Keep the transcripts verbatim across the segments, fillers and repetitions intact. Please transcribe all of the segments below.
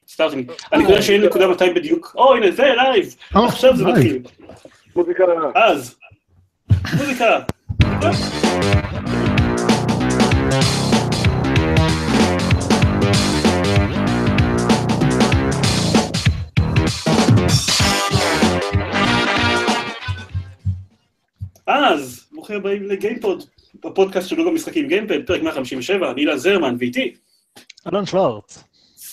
סטארטינג. אני יודע שאין נקודה מתי בדיוק. או, הנה, זה לייב. עכשיו זה מתחיל. מוזיקה. אז. מוזיקה. אז, ברוכים הבאים לגיימפוד, בפודקאסט של לוגו משחקים גיימפד, פרק מאה חמישים ושבע, אני אילן זרמן, ואיתי. אלון שוורץ.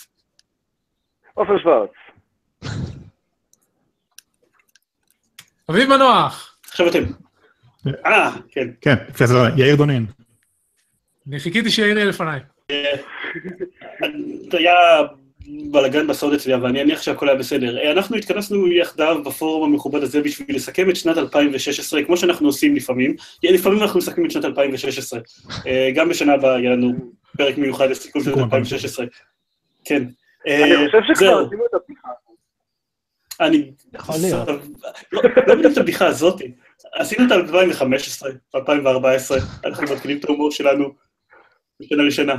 עופר שוורץ. אביב מנוח. עכשיו אתם. אה, כן. כן, יאיר דונין. אני חיכיתי שיאיר יהיה לפניי. היה בלגן בסוד אצלי, אבל אני אניח שהכל היה בסדר. אנחנו התכנסנו יחדיו בפורום המכובד הזה בשביל לסכם את שנת אלפיים ושש עשרה, כמו שאנחנו עושים לפעמים. לפעמים אנחנו מסכמים את שנת אלפיים ושש עשרה. גם בשנה הבאה יהיה לנו פרק מיוחד לסיכום של אלפיים ושש עשרה. כן. אני חושב שכבר עשינו את הבדיחה. אני... יכול להיות. לא בדיוק את הבדיחה הזאת. עשינו את אלפיים וחמש עשרה, אלפיים וארבע עשרה, אנחנו מתחילים את ההומור שלנו משנה לשנה.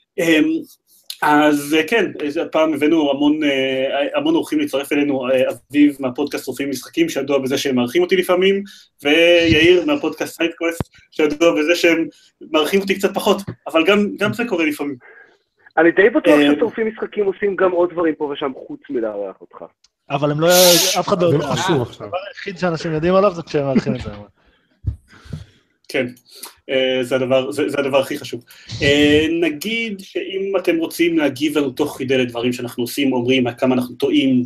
אז כן, הפעם הבאנו המון, המון אורחים להצטרף אלינו, אביב מהפודקאסט רופאים משחקים, שידוע בזה שהם מארחים אותי לפעמים, ויאיר מהפודקאסט סיידקווסט, שידוע בזה שהם מארחים אותי קצת פחות, אבל גם, גם זה קורה לפעמים. אני די בטוח שרופאים משחקים עושים גם עוד דברים פה ושם חוץ מלארח אותך. אבל הם לא, אף אחד לא יודע. זה חשוב עכשיו. הדבר היחיד שאנשים יודעים עליו זה כשהם מארחים את זה. כן, זה הדבר, זה, זה הדבר הכי חשוב. נגיד שאם אתם רוצים להגיב לנו תוך כדי לדברים שאנחנו עושים, אומרים כמה אנחנו טועים,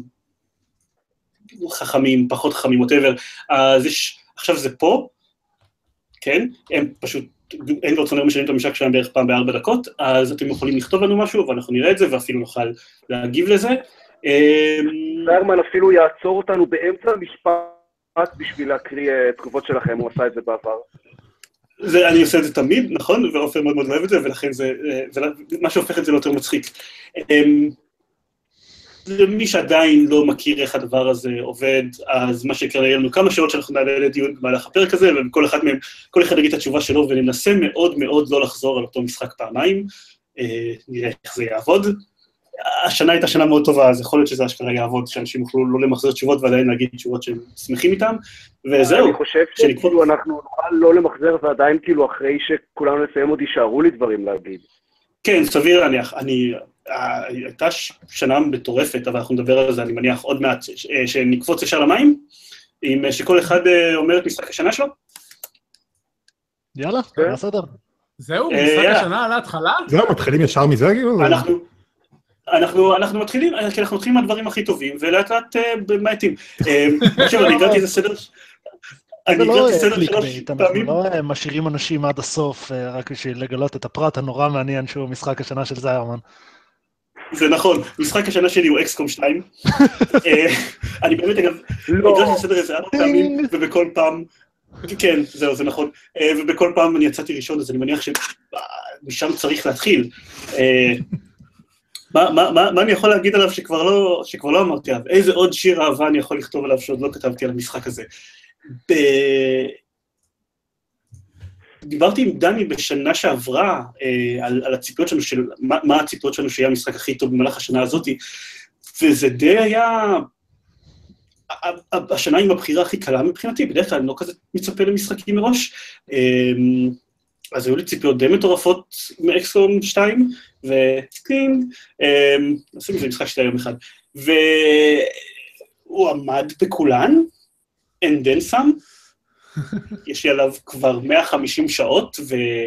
חכמים, פחות חכמים, whatever, אז יש, עכשיו זה פה, כן, הם פשוט, אין ברצונר משנים את המשק שלהם בערך פעם בארבע דקות, אז אתם יכולים לכתוב לנו משהו, ואנחנו נראה את זה, ואפילו נוכל להגיב לזה. זרמן אפילו יעצור אותנו באמצע המשפט בשביל להקריא תגובות שלכם, הוא עשה את זה בעבר. זה, אני עושה את זה תמיד, נכון, ועופר מאוד מאוד אוהב את זה, ולכן זה, זה מה שהופך את זה ליותר מצחיק. למי שעדיין לא מכיר איך הדבר הזה עובד, אז מה שיקרה, יהיה לנו כמה שעות שאנחנו נעלה לדיון במהלך הפרק הזה, וכל אחד מהם, כל אחד יגיד את התשובה שלו, וננסה מאוד מאוד לא לחזור על אותו משחק פעמיים, נראה איך זה יעבוד. השנה הייתה שנה מאוד טובה, אז יכול להיות שזה אשכרה יעבוד, שאנשים יוכלו לא למחזר תשובות, ועדיין להגיד תשובות שהם שמחים איתם, וזהו. אני חושב שכאילו אנחנו נוכל לא למחזר, ועדיין כאילו אחרי שכולנו נסיים עוד יישארו לי דברים להגיד. כן, סביר, אני, אני, הייתה שנה מטורפת, אבל אנחנו נדבר על זה, אני מניח עוד מעט, שנקפוץ ישר למים, עם שכל אחד אומר את משחק השנה שלו. יאללה, בסדר. זהו, משחק השנה על ההתחלה? זהו, מתחילים ישר מזה, כאילו? אנחנו... אנחנו, אנחנו מתחילים, כי אנחנו מתחילים מהדברים הכי טובים, ולאט לאט במעטים. עכשיו, אני הגעתי איזה סדר, אני הגעתי סדר שלוש פעמים. אנחנו לא משאירים אנשים עד הסוף, רק בשביל לגלות את הפרט הנורא מעניין שהוא משחק השנה של זיירמן. זה נכון, משחק השנה שלי הוא אקס קום שתיים. אני באמת, אגב, הגעתי סדר איזה ארבע פעמים, ובכל פעם, כן, זהו, זה נכון, ובכל פעם אני יצאתי ראשון, אז אני מניח שמשם צריך להתחיל. מה, מה, מה, מה אני יכול להגיד עליו שכבר לא, שכבר לא אמרתי עליו? איזה עוד שיר אהבה אני יכול לכתוב עליו שעוד לא כתבתי על המשחק הזה? ב... דיברתי עם דני בשנה שעברה אה, על, על הציפיות שלנו, של מה, מה הציפיות שלנו שיהיה המשחק הכי טוב במהלך השנה הזאת, וזה די היה... השנה עם הבחירה הכי קלה מבחינתי, בדרך כלל אני לא כזה מצפה למשחקים מראש, אה, אז היו לי ציפיות די מטורפות מ-אקס קום שתיים, וקלינג, עושים את זה משחק שלי היום אחד, והוא עמד בכולן, and then some, יש לי עליו כבר מאה וחמישים שעות,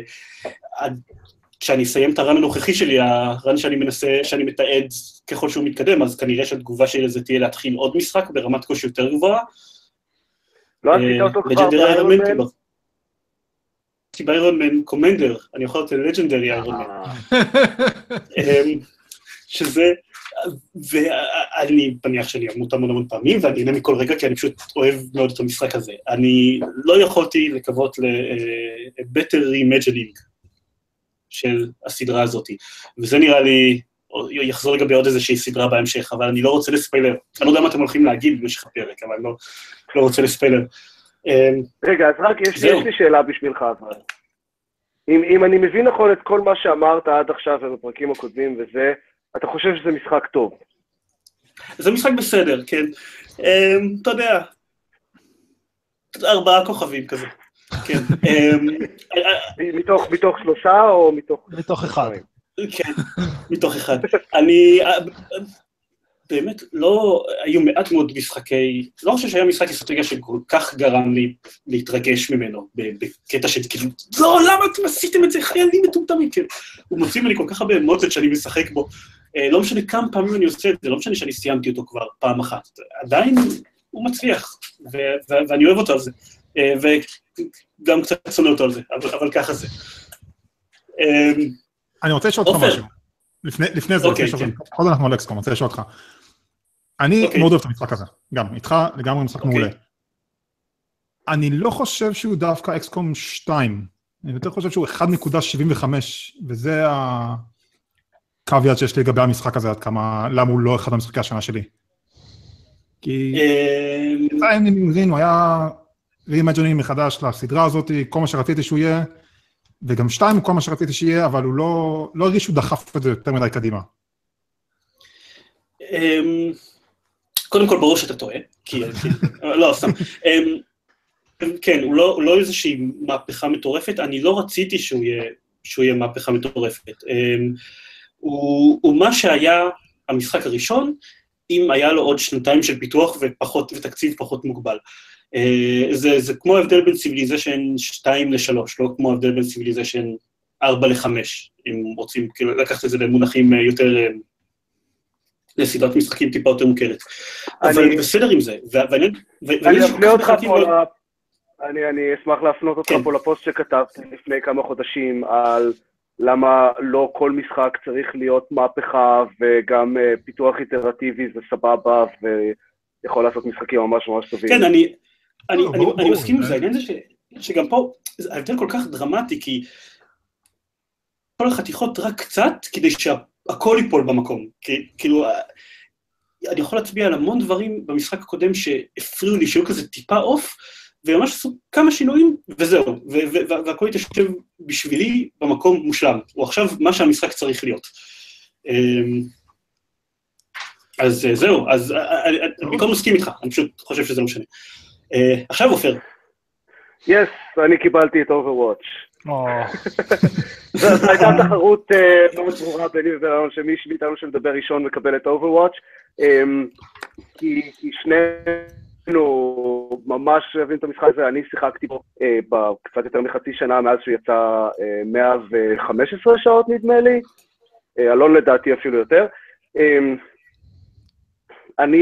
וכשאני אסיים את הרן הנוכחי שלי, הרן שאני מנסה, שאני מתעד ככל שהוא מתקדם, אז כנראה שהתגובה שלי לזה תהיה להתחיל עוד משחק ברמת קושי יותר גבוהה. לא עשית אותו כבר באיירון מן? כי באיירון מן קומנדר, אני יכול להיות לג'נדרי איירון מן. שזה, ואני מניח שאני אמות המון המון פעמים, ואני אהנה מכל רגע, כי אני פשוט אוהב מאוד את המשחק הזה. אני לא יכולתי לקוות ל-better reimagining של הסדרה הזאת, וזה נראה לי, יחזור לגבי עוד איזושהי סדרה בהמשך, אבל אני לא רוצה לספיילר. אני לא יודע מה אתם הולכים להגיד במשך הפרק, אבל אני לא רוצה לספיילר. רגע, אז רק יש לי שאלה בשבילך, אבל. אם אני מבין נכון את כל מה שאמרת עד עכשיו ובפרקים הקודמים וזה, אתה חושב שזה משחק טוב? זה משחק בסדר, כן. אתה יודע, ארבעה כוכבים כזה. כן. מתוך שלושה או מתוך... מתוך אחד. כן, מתוך אחד. אני... באמת, לא... היו מעט מאוד משחקי... לא חושב שהיה משחק אסטרטגיה שכל כך גרם לי להתרגש ממנו, בקטע של כאילו, לא, למה אתם עשיתם את זה? חיילים מטומטמים, כן. הוא מוציא ממני כל כך הרבה אמוציות שאני משחק בו. לא משנה כמה פעמים אני עושה את זה, לא משנה שאני סיימתי אותו כבר פעם אחת. עדיין הוא מצליח, ואני אוהב אותו על זה. וגם קצת שונא אותו על זה, אבל ככה זה. אני רוצה לשאול אותך משהו. לפני זה, עוד אנחנו על אקסקום, אני רוצה לשאול אותך. אני מאוד אוהב את המשחק הזה, גם, איתך לגמרי משחק מעולה. אני לא חושב שהוא דווקא אקסקום שתיים, אני יותר חושב שהוא אחת נקודה שבעים וחמש, וזה הקוויאט שיש לי לגבי המשחק הזה, עד כמה, למה הוא לא אחד המשחקי השנה שלי. כי... אני מבין, הוא היה רימג'ינים מחדש לסדרה הזאת, כל מה שרציתי שהוא יהיה, וגם שתיים הוא כל מה שרציתי שיהיה, אבל הוא לא, לא הרגיש שהוא דחף את זה יותר מדי קדימה. קודם כל ברור שאתה טועה, כי... לא, סתם. כן, הוא לא, הוא לא איזושהי מהפכה מטורפת, אני לא רציתי שהוא יהיה, שהוא יהיה מהפכה מטורפת. הוא, הוא מה שהיה המשחק הראשון, אם היה לו עוד שנתיים של פיתוח ופחות, ותקציב פחות מוגבל. זה, זה כמו ההבדל בין ציוויליזיישן שתיים לשלוש, לא כמו ההבדל בין ציוויליזיישן ארבע לחמש, אם רוצים כאילו, לקחת את זה למונחים יותר, לסדרת משחקים טיפה יותר מוכרת. אבל אני בסדר עם זה. אני אפנה אותך פה, אני, אני אשמח להפנות אותך פה לפוסט שכתבתי לפני כמה חודשים, על למה לא כל משחק צריך להיות מהפכה, וגם פיתוח איטרטיבי זה סבבה, ויכול לעשות משחקים ממש ממש טובים. כן, אני... אני, אני, אני מסכים עם זה, העניין זה ש, שגם פה, ההבדל כל כך דרמטי, כי כל החתיכות רק קצת, כדי שהכל ייפול במקום. כי, כאילו, אני יכול להצביע על המון דברים במשחק הקודם שהפריעו לי, שהיו כזה טיפה אוף, וממש עשו כמה שינויים, וזהו, והכל יתשב בשבילי במקום מושלם. הוא עכשיו מה שהמשחק צריך להיות. אז זהו, אז אני כל מסכים איתך, אני פשוט חושב שזה לא משנה. עכשיו עופר. יס, אני קיבלתי את Overwatch. זו הייתה תחרות מאוד ברורה ביני וביננו, שמישהו מאיתנו שמדבר ראשון מקבל את Overwatch, כי שנינו ממש אוהבים את המשחק הזה, אני שיחקתי בו קצת יותר מחצי שנה מאז שהוא יצא מאה וחמש עשרה שעות נדמה לי, אלון לדעתי אפילו יותר. אני...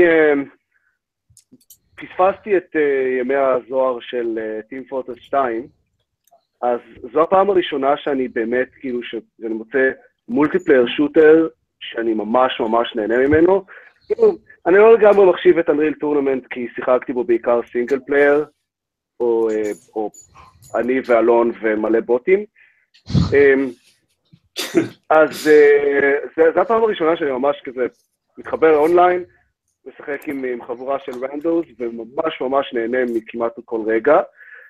פספסתי את uh, ימי הזוהר של uh, Team Fortress שתיים, אז זו הפעם הראשונה שאני באמת, כאילו, שאני מוצא מולטיפלייר שוטר, שאני ממש ממש נהנה ממנו. כאילו, אני לא לגמרי מחשיב את Unreal Tournament, כי שיחקתי בו בעיקר סינגל פלייר, או, uh, או אני ואלון ומלא בוטים. Um, אז uh, זה, זה הפעם הראשונה שאני ממש כזה מתחבר אונליין, משחק עם, עם חבורה של רנדוס, וממש ממש נהנה מכמעט כל רגע.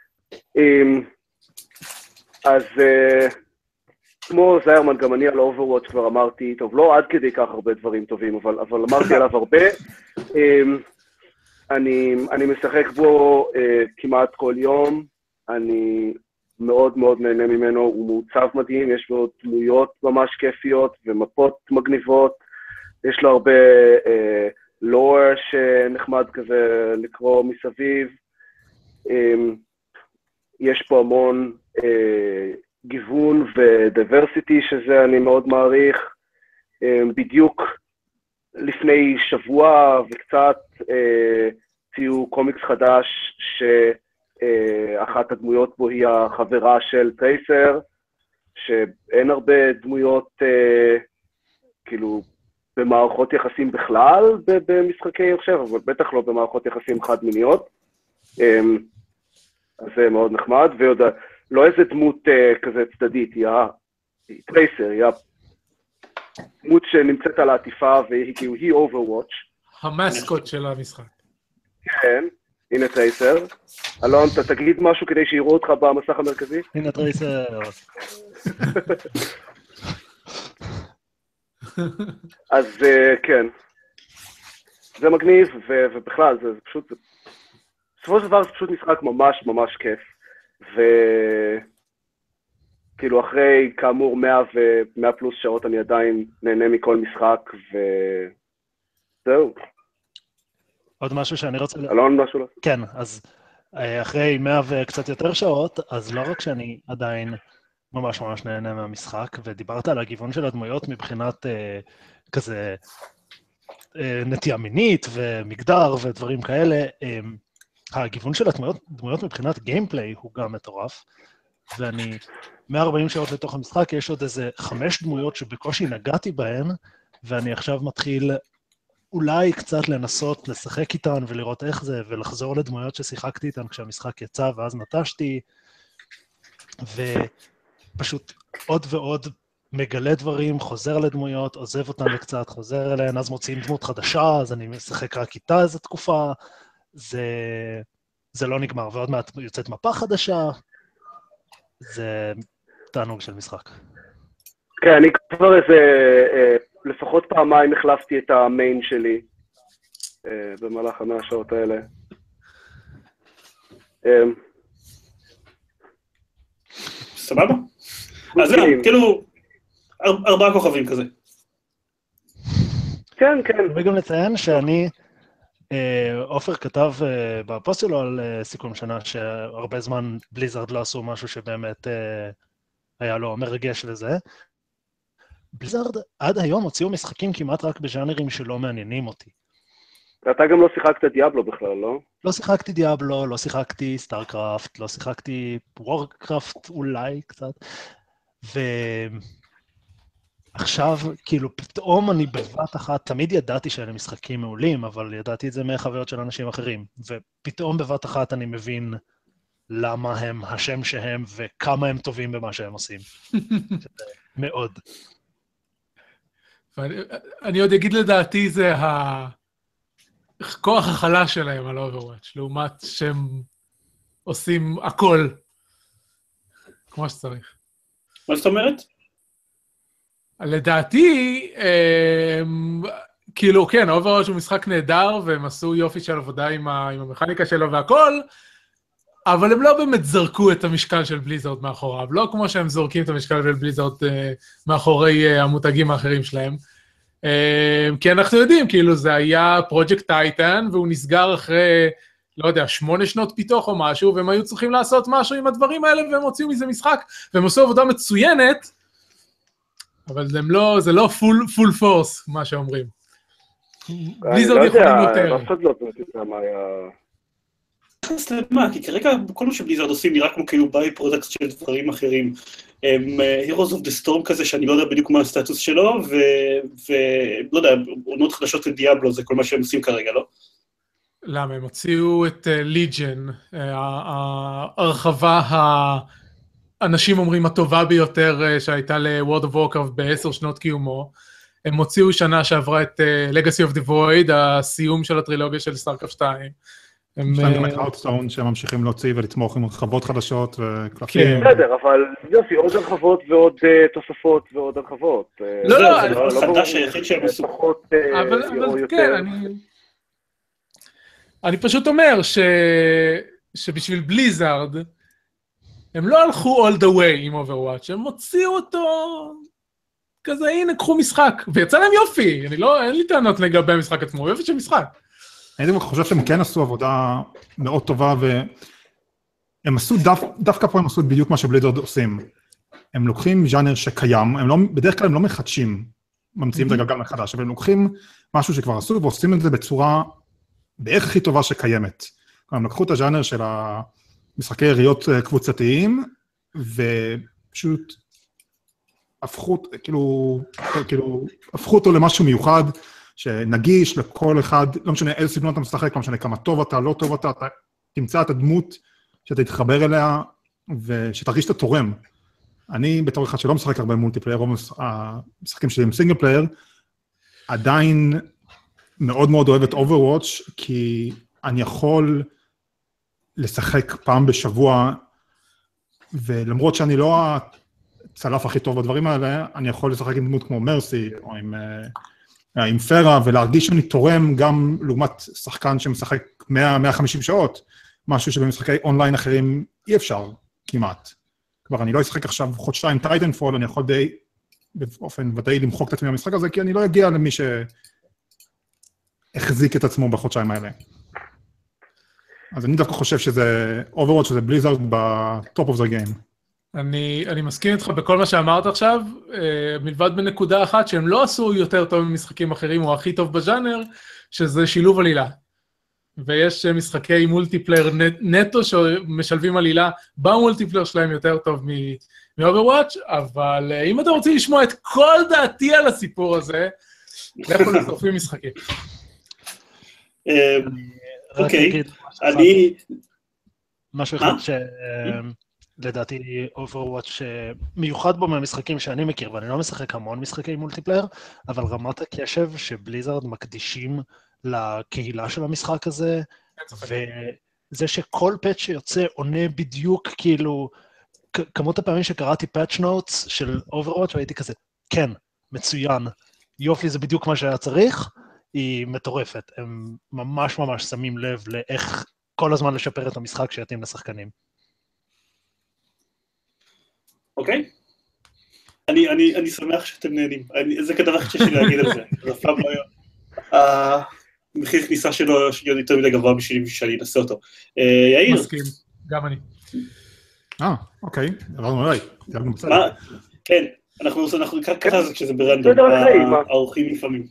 אז כמו זיירמן, גם אני על Overwatch כבר אמרתי, טוב, לא עד כדי כך הרבה דברים טובים, אבל, אבל אמרתי עליו הרבה. אני, אני משחק בו כמעט כל יום, אני מאוד מאוד נהנה ממנו, הוא מעוצב מדהים, יש בו דמויות ממש כיפיות, ומפות מגניבות, יש לו הרבה... לור שנחמד כזה לקרוא מסביב, יש פה המון גיוון ודייברסיטי שזה אני מאוד מעריך, בדיוק לפני שבוע וקצת ציו קומיקס חדש שאחת הדמויות בו היא החברה של טרייסר, שאין הרבה דמויות כאילו במערכות יחסים בכלל, במשחקי עכשיו, אבל בטח לא במערכות יחסים חד מיניות. אז זה מאוד נחמד, ועוד לא איזה דמות כזה צדדית, היא טרייסר, היא דמות שנמצאת על העטיפה, והיא Overwatch. המסקוט של המשחק. כן, הנה טרייסר. אלון, אתה תגיד משהו כדי שיראו אותך במסך המרכזי? הנה טרייסר. אז כן. זה מגניב, ו- ובכלל, זה, זה פשוט, בסופו של דבר זה פשוט משחק ממש ממש כיף, וכאילו אחרי כאמור מאה ו-מאה פלוס שעות אני עדיין נהנה מכל משחק, וזהו. עוד משהו שאני רוצה... אלון, משהו לא? כן, אז אחרי מאה וקצת יותר שעות, אז לא רק שאני עדיין ממש ממש נהנה מהמשחק, ודיברת על הגיוון של הדמויות מבחינת אה, כזה אה, נטייה מינית ומגדר ודברים כאלה, אה, הגיוון של הדמויות דמויות מבחינת גיימפליי הוא גם מטורף, ואני מאה וארבעים שעות לתוך המשחק, יש עוד איזה חמש דמויות שבקושי נגעתי בהן, ואני עכשיו מתחיל אולי קצת לנסות לשחק איתן ולראות איך זה, ולחזור לדמויות ששיחקתי איתן כשהמשחק יצא, ואז נטשתי, ופשוט עוד ועוד מגלה דברים, חוזר לדמויות, עוזב אותן לקצת, חוזר אליהן, אז מוציאים דמות חדשה, אז אני משחק רק איתה איזו תקופה, זה, זה לא נגמר, ועוד מעט יוצאת מפה חדשה, זה תענוג של משחק. כן, אני כבר איזה, לפחות פעמיים החלפתי את המיין שלי במהלך המאה שעות האלה. סבבה? אז גם, כאילו, ארבעה כוכבים כזה. כן, כן. וגם לציין שאני, אופר כתב בפוסט שלו על סיכום שנה, שהרבה זמן בליזארד לא עשו משהו שבאמת היה לו מרגש לזה. בליזארד עד היום הוציאו משחקים כמעט רק בז'אנרים שלא מעניינים אותי. ואתה גם לא שיחקת דיאבלו בכלל, לא? לא שיחקתי דיאבלו, לא שיחקתי סטארקראפט, לא שיחקתי וורקראפט אולי קצת, ועכשיו כאילו פתאום אני בבת אחת, תמיד ידעתי שאלה משחקים מעולים, אבל ידעתי את זה מהחוויות של אנשים אחרים, ופתאום בבת אחת אני מבין למה הם השם שהם וכמה הם טובים במה שהם עושים. מאוד. אני עוד אגיד לדעתי זה הכוח החלש שלהם על Overwatch, לעומת שהם עושים הכל כמו שצריך. מה זאת אומרת? לדעתי, כאילו כן, Overwatch הוא משחק נהדר, והם עשו יופי של עבודה עם המכניקה שלו והכל, אבל הם לא באמת זרקו את המשקל של בליזארד מאחוריו, לא כמו שהם זורקים את המשקל של בליזארד מאחורי המותגים האחרים שלהם, כי אנחנו יודעים, כאילו זה היה פרויקט טייטן, והוא נסגר אחרי, לא יודע, שמונה שנות פיתוח או משהו, והם היו צריכים לעשות משהו עם הדברים האלה, והם הוציאו מזה משחק, והם עשו עבודה מצוינת, אבל זה לא, זה לא full, full force, מה שאומרים. בליזארד יכולים יותר. אני לא יודע, אף אחד לא יודע מה היה... אז למה? כי כרגע כל מה שבליזארד עושים נראה כמו כאילו ביי פרודקט של דברים אחרים. Heroes of the Storm כזה, שאני לא יודע בדיוק מה הסטטוס שלו, ולא יודע, עונות חדשות לדיאבלו, זה כל מה שהם עושים כרגע, לא? למה? הם הוציאו את ליג'ן, ההרחבה האנשים אומרים הטובה ביותר שהייתה ל-World of Warcraft בעשר שנות קיומו. הם הוציאו שנה שעברה את Legacy of the Void, הסיום של הטרילוגיה של סטארקראפט שתיים. יש להם גם את האוטסטון שהם ממשיכים להוציא ולתמוך עם רחבות חדשות וקלפים. בסדר, אבל יופי, עוד הרחבות ועוד תוספות ועוד הרחבות. לא, לא, זה חדש היחיד שהם עשו. אבל כן, אני פשוט אומר שבשביל בליזארד, הם לא הלכו all the way עם Overwatch, הם הוציאו אותו כזה, הנה, קחו משחק, ויצא להם יופי, אני לא, אין לי טענות לגבי המשחק עצמו, יופי של משחק. אני חושב שהם כן עשו עבודה מאוד טובה, והם עשו, דווקא פה הם עשו בדיוק מה שבליזארד עושים. הם לוקחים ז'אנר שקיים, הם לא, בדרך כלל הם לא מחדשים, ממציאים את הגלגל מחדש, אבל הם לוקחים משהו שכבר עשו, ועושים את זה בצורה בערך הכי טובה שקיימת. הם לקחו את הז'אנר של המשחקי יריות קבוצתיים, ופשוט הפכו, כאילו, כאילו, הפכו אותו למשהו מיוחד, שנגיש לכל אחד, לא משנה איזה סגנון אתה משחק, לא משנה כמה טוב אתה, לא טוב אתה, אתה תמצא את הדמות שאתה תתחבר אליה, ושתרגיש את התורם. אני בתור אחד שלא משחק הרבה מולטיפלייר, רוב המשחקים שלי עם סינגל פלייר, עדיין מאוד מאוד אוהב את Overwatch, כי אני יכול לשחק פעם בשבוע, ולמרות שאני לא הצלף הכי טוב בדברים האלה, אני יכול לשחק עם דמות כמו מרסי, או עם... עם פרה, ולהרגיש שאני תורם גם לעומת שחקן שמשחק מאה עד מאה וחמישים שעות, משהו שבמשחקי אונליין אחרים אי אפשר כמעט. כבר אני לא אשחק עכשיו חודשיים טייטנפול, אני יכול די, באופן ודאי למחוק את עצמי במשחק הזה, כי אני לא אגיע למי שהחזיק את עצמו בחודשיים האלה. אז אני דווקא חושב שזה Overwatch, שזה בליזארד בטופ אוף דה גיים. אני, אני מסכים איתך בכל מה שאמרת עכשיו, מלבד בנקודה אחת שהם לא עשו יותר טוב ממשחקים אחרים, או הכי טוב בז'אנר, שזה שילוב עלילה. ויש משחקי מולטיפלייר נטו שמשלבים עלילה במולטיפלייר שלהם יותר טוב מ-Overwatch, אבל אם אתה רוצה לשמוע את כל דעתי על הסיפור הזה, לכו לשרופים משחקים. אוקיי, אני... משהו אחד שלדעתי Overwatch מיוחד בו מהמשחקים שאני מכיר, ואני לא משחק המון משחקי מולטיפלייר, אבל רמת הקשב שבליזארד מקדישים לקהילה של המשחק הזה, וזה שכל פאץ' שיוצא עונה בדיוק, כאילו, כמות הפעמים שקראתי פאץ' נוטס של Overwatch, והייתי כזה, כן, מצוין, יופי, זה בדיוק מה שהיה צריך, היא מטורפת. הם ממש ממש שמים לב לאיך כל הזמן לשפר את המשחק שיתאים לשחקנים. אוקיי. אני, אני, אני שמח שאתם נהנים. אני, זה כדבר שיש לי להגיד על זה. זה אף פעם לא היה. המחיר כניסה שלו יותר מדי גבוה בשביל שאני אנסה אותו. יאיר. מסכים, גם אני. אה, אוקיי. עברנו אליי. כן, אנחנו ככה זה כשזה ברנדום. האורחים לפעמים.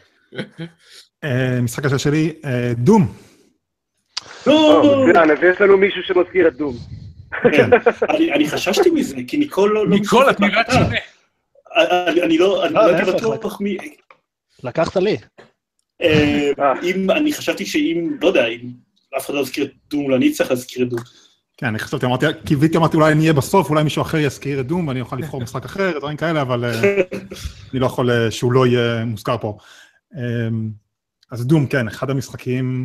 משחק השאלה שלי, דום. דום! יש לנו מישהו שמזכיר את דום. כן, אני חששתי מזה, כי ניקול לא... ניקול, את נראית שונה. אני לא הייתי בטוח מי... לקחת לי. אני חשבתי שאם, לא יודע, אם אף אחד לא יזכיר את דום, אני צריך להזכיר את דום. כן, אני חשבתי, אמרתי, קיוויתי, אמרתי, אולי אני אהיה בסוף, אולי מישהו אחר יזכיר את דום, ואני אוכל לבחור משחק אחר, דברים כאלה, אבל אני לא יכול שהוא לא יהיה מוזכר פה. אז דום, כן, אחד המשחקים,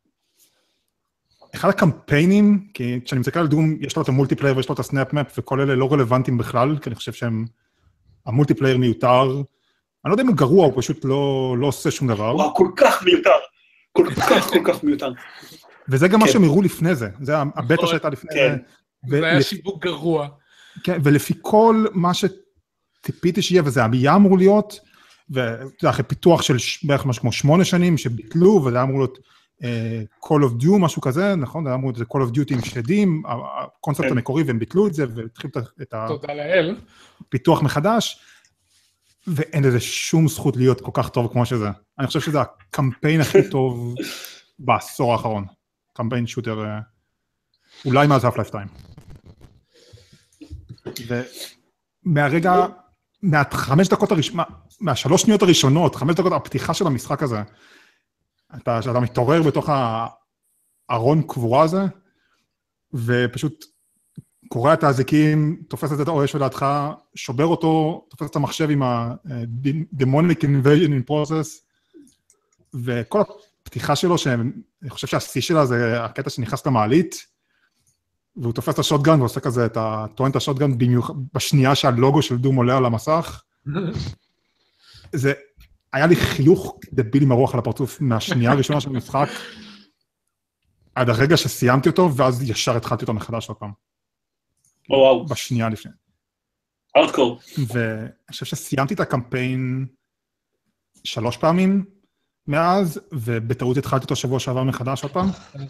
אחד הקמפיינים, כי כשאני מסתכל על דום, יש לו את המולטיפלייר ויש לו את הסנאפ-מאפ, וכל אלה לא רלוונטיים בכלל, כי אני חושב שהם, המולטיפלייר מיותר, אני לא יודע אם הוא גרוע, הוא פשוט לא, לא עושה שום דבר. וואו, כל כך מיותר, כל כך, כל כך מיותר. וזה גם מה שהם הראו לפני זה, זה הבטא שהייתה לפני זה. זה היה שיווק גרוע. כן, ולפי כל מה שטיפיתי שיהיה, וזה היה אמור להיות, וזה אחרי פיתוח של בערך משהו כמו שמונה שנים, שביטלו, וזה אמור להיות Call of Duty, משהו כזה, נכון? זה אמור להיות Call of Duty עם שדים, הקונספט המקורי, והם ביטלו את זה, והתחילו את הפיתוח מחדש, ואין לזה שום זכות להיות כל כך טוב כמו שזה. אני חושב שזה הקמפיין הכי טוב בעשור האחרון. קמפיין שוטר, אולי מאז Half-Life שתיים. ומהרגע, מהחמש דקות הראשונות, מהשלוש שניות הראשונות, חמש דקות הפתיחה של המשחק הזה, אתה, שאתה מתעורר בתוך הארון קבורה הזה, ופשוט קורא את האזיקים, תופס את האש לידך, שובר אותו, תופס את המחשב עם ה-Demonic Invasion in Process, וכל הפתיחה שלו, שאני חושב שהשיא שלה זה הקטע שנכנס למעלית, והוא תופס את השוטגן ועושה כזה, טוען את השוטגן בשנייה שהלוגו של דום עולה על המסך. זה היה לי חיוך דביל עם הרוח על הפרצוף מהשנייה הראשונה של המשחק, עד הרגע שסיימתי אותו, ואז ישר התחלתי אותו מחדש עוד פעם. וואו. בשנייה לפני. ארדקור. ואני חושב שסיימתי את הקמפיין שלוש פעמים מאז, ובטעות התחלתי אותו שבוע שעבר מחדש עוד פעם.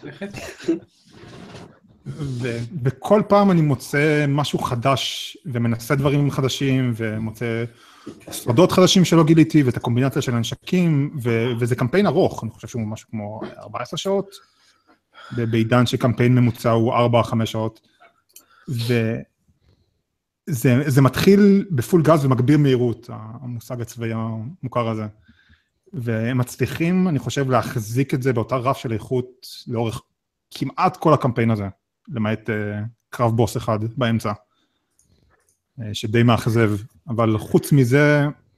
ובכל פעם אני מוצא משהו חדש, ומנסה דברים חדשים, ומוצא סודות חדשים שלא גיליתי, ואת הקומבינציה של הנשקים, וזה קמפיין ארוך, אני חושב שהוא משהו כמו ארבע עשרה שעות, בעידן שקמפיין ממוצע הוא ארבע חמש שעות, וזה מתחיל בפול גז ומגביר מהירות, המושג הצבאי המוכר הזה, והם מצליחים, אני חושב, להחזיק את זה באותה רף של איכות לאורך כמעט כל הקמפיין הזה, למעט uh, קרב בוס אחד באמצע, uh, שדי מאכזב, אבל חוץ מזה,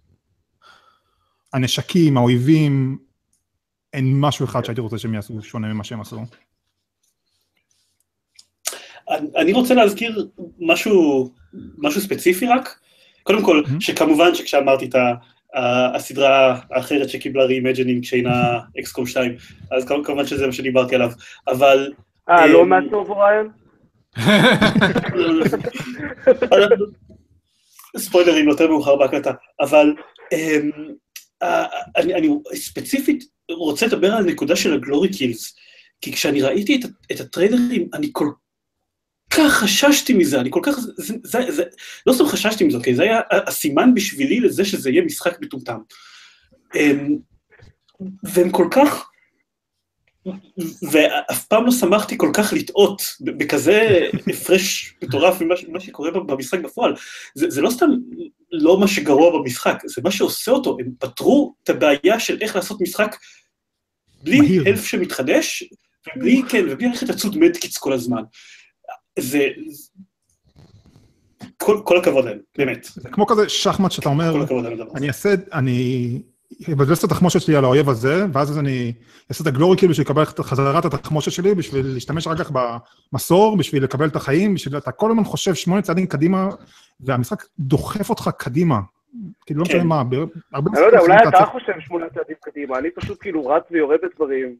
הנשקים, האויבים, אין משהו אחד שהייתי רוצה שהם יעשו שונה ממה שהם עשו. אני רוצה להזכיר משהו, משהו ספציפי רק, קודם כל, mm-hmm. שכמובן שכשאמרתי את הסדרה האחרת שקיבלה רימג'ינינג שאינה אקסקום שתיים, אז כמובן שזה מה שדיברתי עליו, אבל... אה, לא מהטוב אוריין? ספוילרים יותר מאוחר בהקלטה, אבל אני ספציפית רוצה לדבר על נקודה של הגלורי קילס, כי כשאני ראיתי את הטריילרים, אני כל כך חששתי מזה, אני כל כך, לא סתם חששתי מזה, כי זה היה הסימן בשבילי לזה שזה יהיה משחק מטומטם. והם כל כך, ואף פעם לא שמחתי כל כך לטעות, בכזה הפרש מטורף ממה שקורה במשחק בפועל. זה לא סתם לא מה שגרוע במשחק, זה מה שעושה אותו, הם פתרו את הבעיה של איך לעשות משחק בלי אלף שמתחדש, ובלי, כן, ובלי ללכת לצוד מדקיץ כל הזמן. זה... כל, כל הכבוד להם, באמת. זה כמו כזה שחמט שאתה אומר, אני אעשה, אני אבזבז את התחמושת שלי על האויב הזה, ואז אני אעשה את הגלורי כאילו שיקבל חזרת התחמושת שלי, בשביל להשתמש רק כך במסור, בשביל לקבל את החיים, בשביל אתה כל הזמן חושב שמונה צעדים קדימה, והמשחק דוחף אותך קדימה. כאילו לא משנה מה, הרבה... אני לא יודע, אולי אתה חושב שמונה צעדים קדימה, אני פשוט כאילו רץ ויורד בדברים.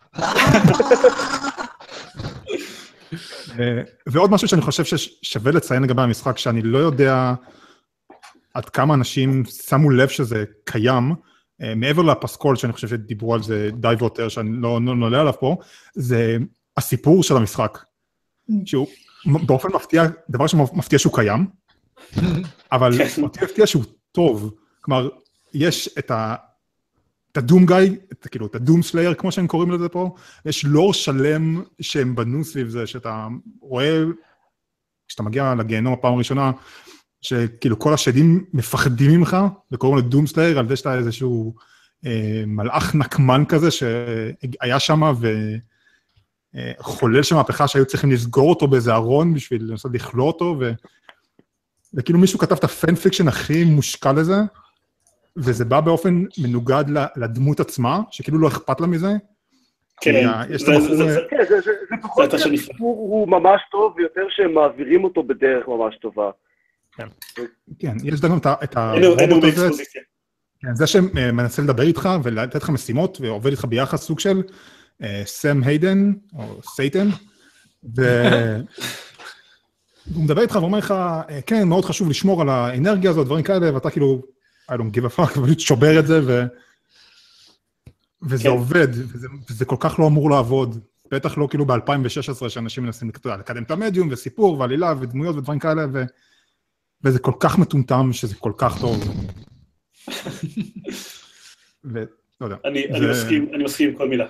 ועוד משהו שאני חושב ששווה לציין לגבי המשחק, שאני לא יודע עד כמה אנשים שמו לב שזה קיים, מעבר לפסקול שאני חושב שדיברו על זה די ויותר, שאני לא נעלה עליו פה, זה הסיפור של המשחק, שהוא באופן מפתיע, דבר שמפתיע שהוא קיים, אבל מפתיע שהוא טוב, כלומר, יש את ה... את הדום גאי, כאילו, את הדום סלייר, כמו שהם קוראים לזה פה, יש לור שלם שהם בנו סביב זה, שאתה רואה, כשאתה מגיע לגיהנום הפעם הראשונה, שכאילו כל השדים מפחדים ממך, וקוראים לו דום סלייר, על זה שאתה איזשהו אה, מלאך נקמן כזה, שהיה שם וחולל שם מהפכה שהיו צריכים לסגור אותו באיזה ארון, בשביל לנסות לכלוא אותו, ו... וכאילו מישהו כתב את הפן פיקשן הכי מושקע לזה, וזה בא באופן מנוגד לדמות עצמה, שכאילו לא אכפת לה מזה. כן, זה פחות שהסיפור הוא ממש טוב, ויותר שהם מעבירים אותו בדרך ממש טובה. כן, יש גם את הרובוט הזה, זה שמנסה לדבר איתך ולתת לך משימות, ועובד איתך ביחס סוג של סם היידן, או סייטן, והוא מדבר איתך ואומר לך, כן, מאוד חשוב לשמור על האנרגיה הזאת, דברים כאלה, ואתה כאילו, I don't give a fuck, אבל שובר את זה, ו... וזה כן. עובד, וזה, וזה כל כך לא אמור לעבוד, בטח לא כאילו ב-אלפיים ושש עשרה, שאנשים מנסים לקדם את המדיום, וסיפור, ועלילה, ודמויות, ודברים כאלה, ו... וזה כל כך מטומטם, שזה כל כך טוב. ו... לא יודע. אני, זה... אני מסכים, אני מסכים עם כל מילה.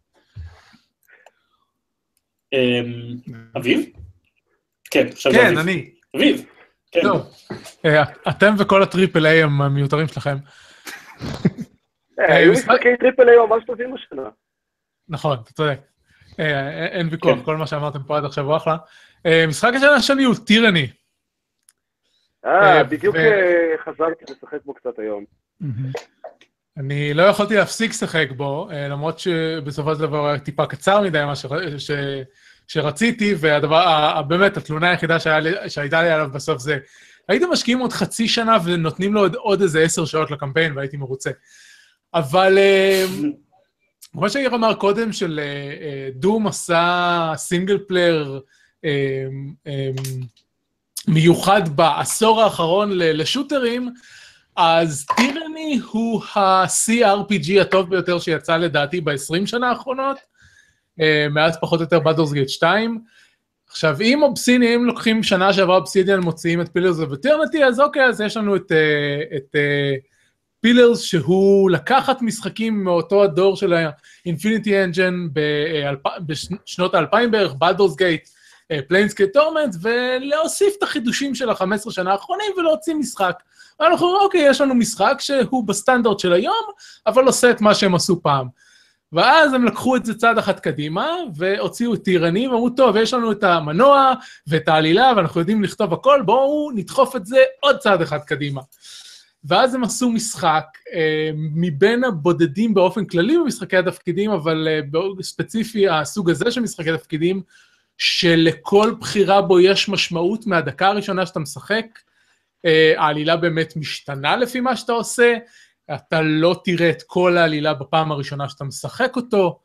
אביב? כן, עכשיו כן, אביב. אני. אביב. כן. טוב, אתם וכל הטריפל איי הם המיותרים שלכם. היו משחקי טריפל איי ממש טובים השנה. נכון, אתה צודק. אין ויכוח, כל מה שאמרתם פה עד עכשיו הוא אחלה. משחק השנה שלי הוא טירני. אה, בדיוק חזרתי לשחק בו קצת היום. אני לא יכולתי להפסיק לשחק בו, למרות שבסופו של דבר היה טיפה קצר מדי מה ש... שרציתי, והדבר, באמת, התלונה היחידה שהייתה לי עליו בסוף זה, הייתם משקיעים עוד חצי שנה ונותנים לו עוד, עוד איזה עשר שעות לקמפיין, והייתי מרוצה. אבל, כמו שאיר אמר קודם, של דום עשה סינגל פלייר מיוחד בעשור האחרון לשוטרים, אז טירני הוא ה-סי אר פי ג'י הטוב ביותר שיצא לדעתי ב-עשרים שנה האחרונות, מאז פחות או יותר בלדורס גייט שתיים. עכשיו, אם אובסידיאן לוקחים שנה שעברה אובסידיאן מוציאים את פילרס אוף אטרניטי, אז אוקיי, אז יש לנו את, את פילרס שהוא לקחת משחקים מאותו הדור של האינפיניטי אנג'ן בשנות האלפיים בערך, בלדורס גייט, פליינסקייט טורמנט, ולהוסיף את החידושים של ה-חמש עשרה שנה האחרונים ולהוציא משחק. ואנחנו אומרים, אוקיי, יש לנו משחק שהוא בסטנדרט של היום, אבל עושה את מה שהם עשו פעם. ואז הם לקחו את זה צעד אחד קדימה, והוציאו את טירני, ואמרו, טוב, יש לנו את המנוע ואת העלילה, ואנחנו יודעים לכתוב הכל, בואו נדחוף את זה עוד צעד אחד קדימה. ואז הם עשו משחק, אה, מבין הבודדים באופן כללי במשחקי התפקידים, אבל אה, ספציפי הסוג הזה של משחקי התפקידים, שלכל בחירה בו יש משמעות מהדקה הראשונה שאתה משחק, העלילה באמת משתנה לפי מה שאתה עושה, אתה לא תראה את כל העלילה בפעם הראשונה שאתה משחק אותו,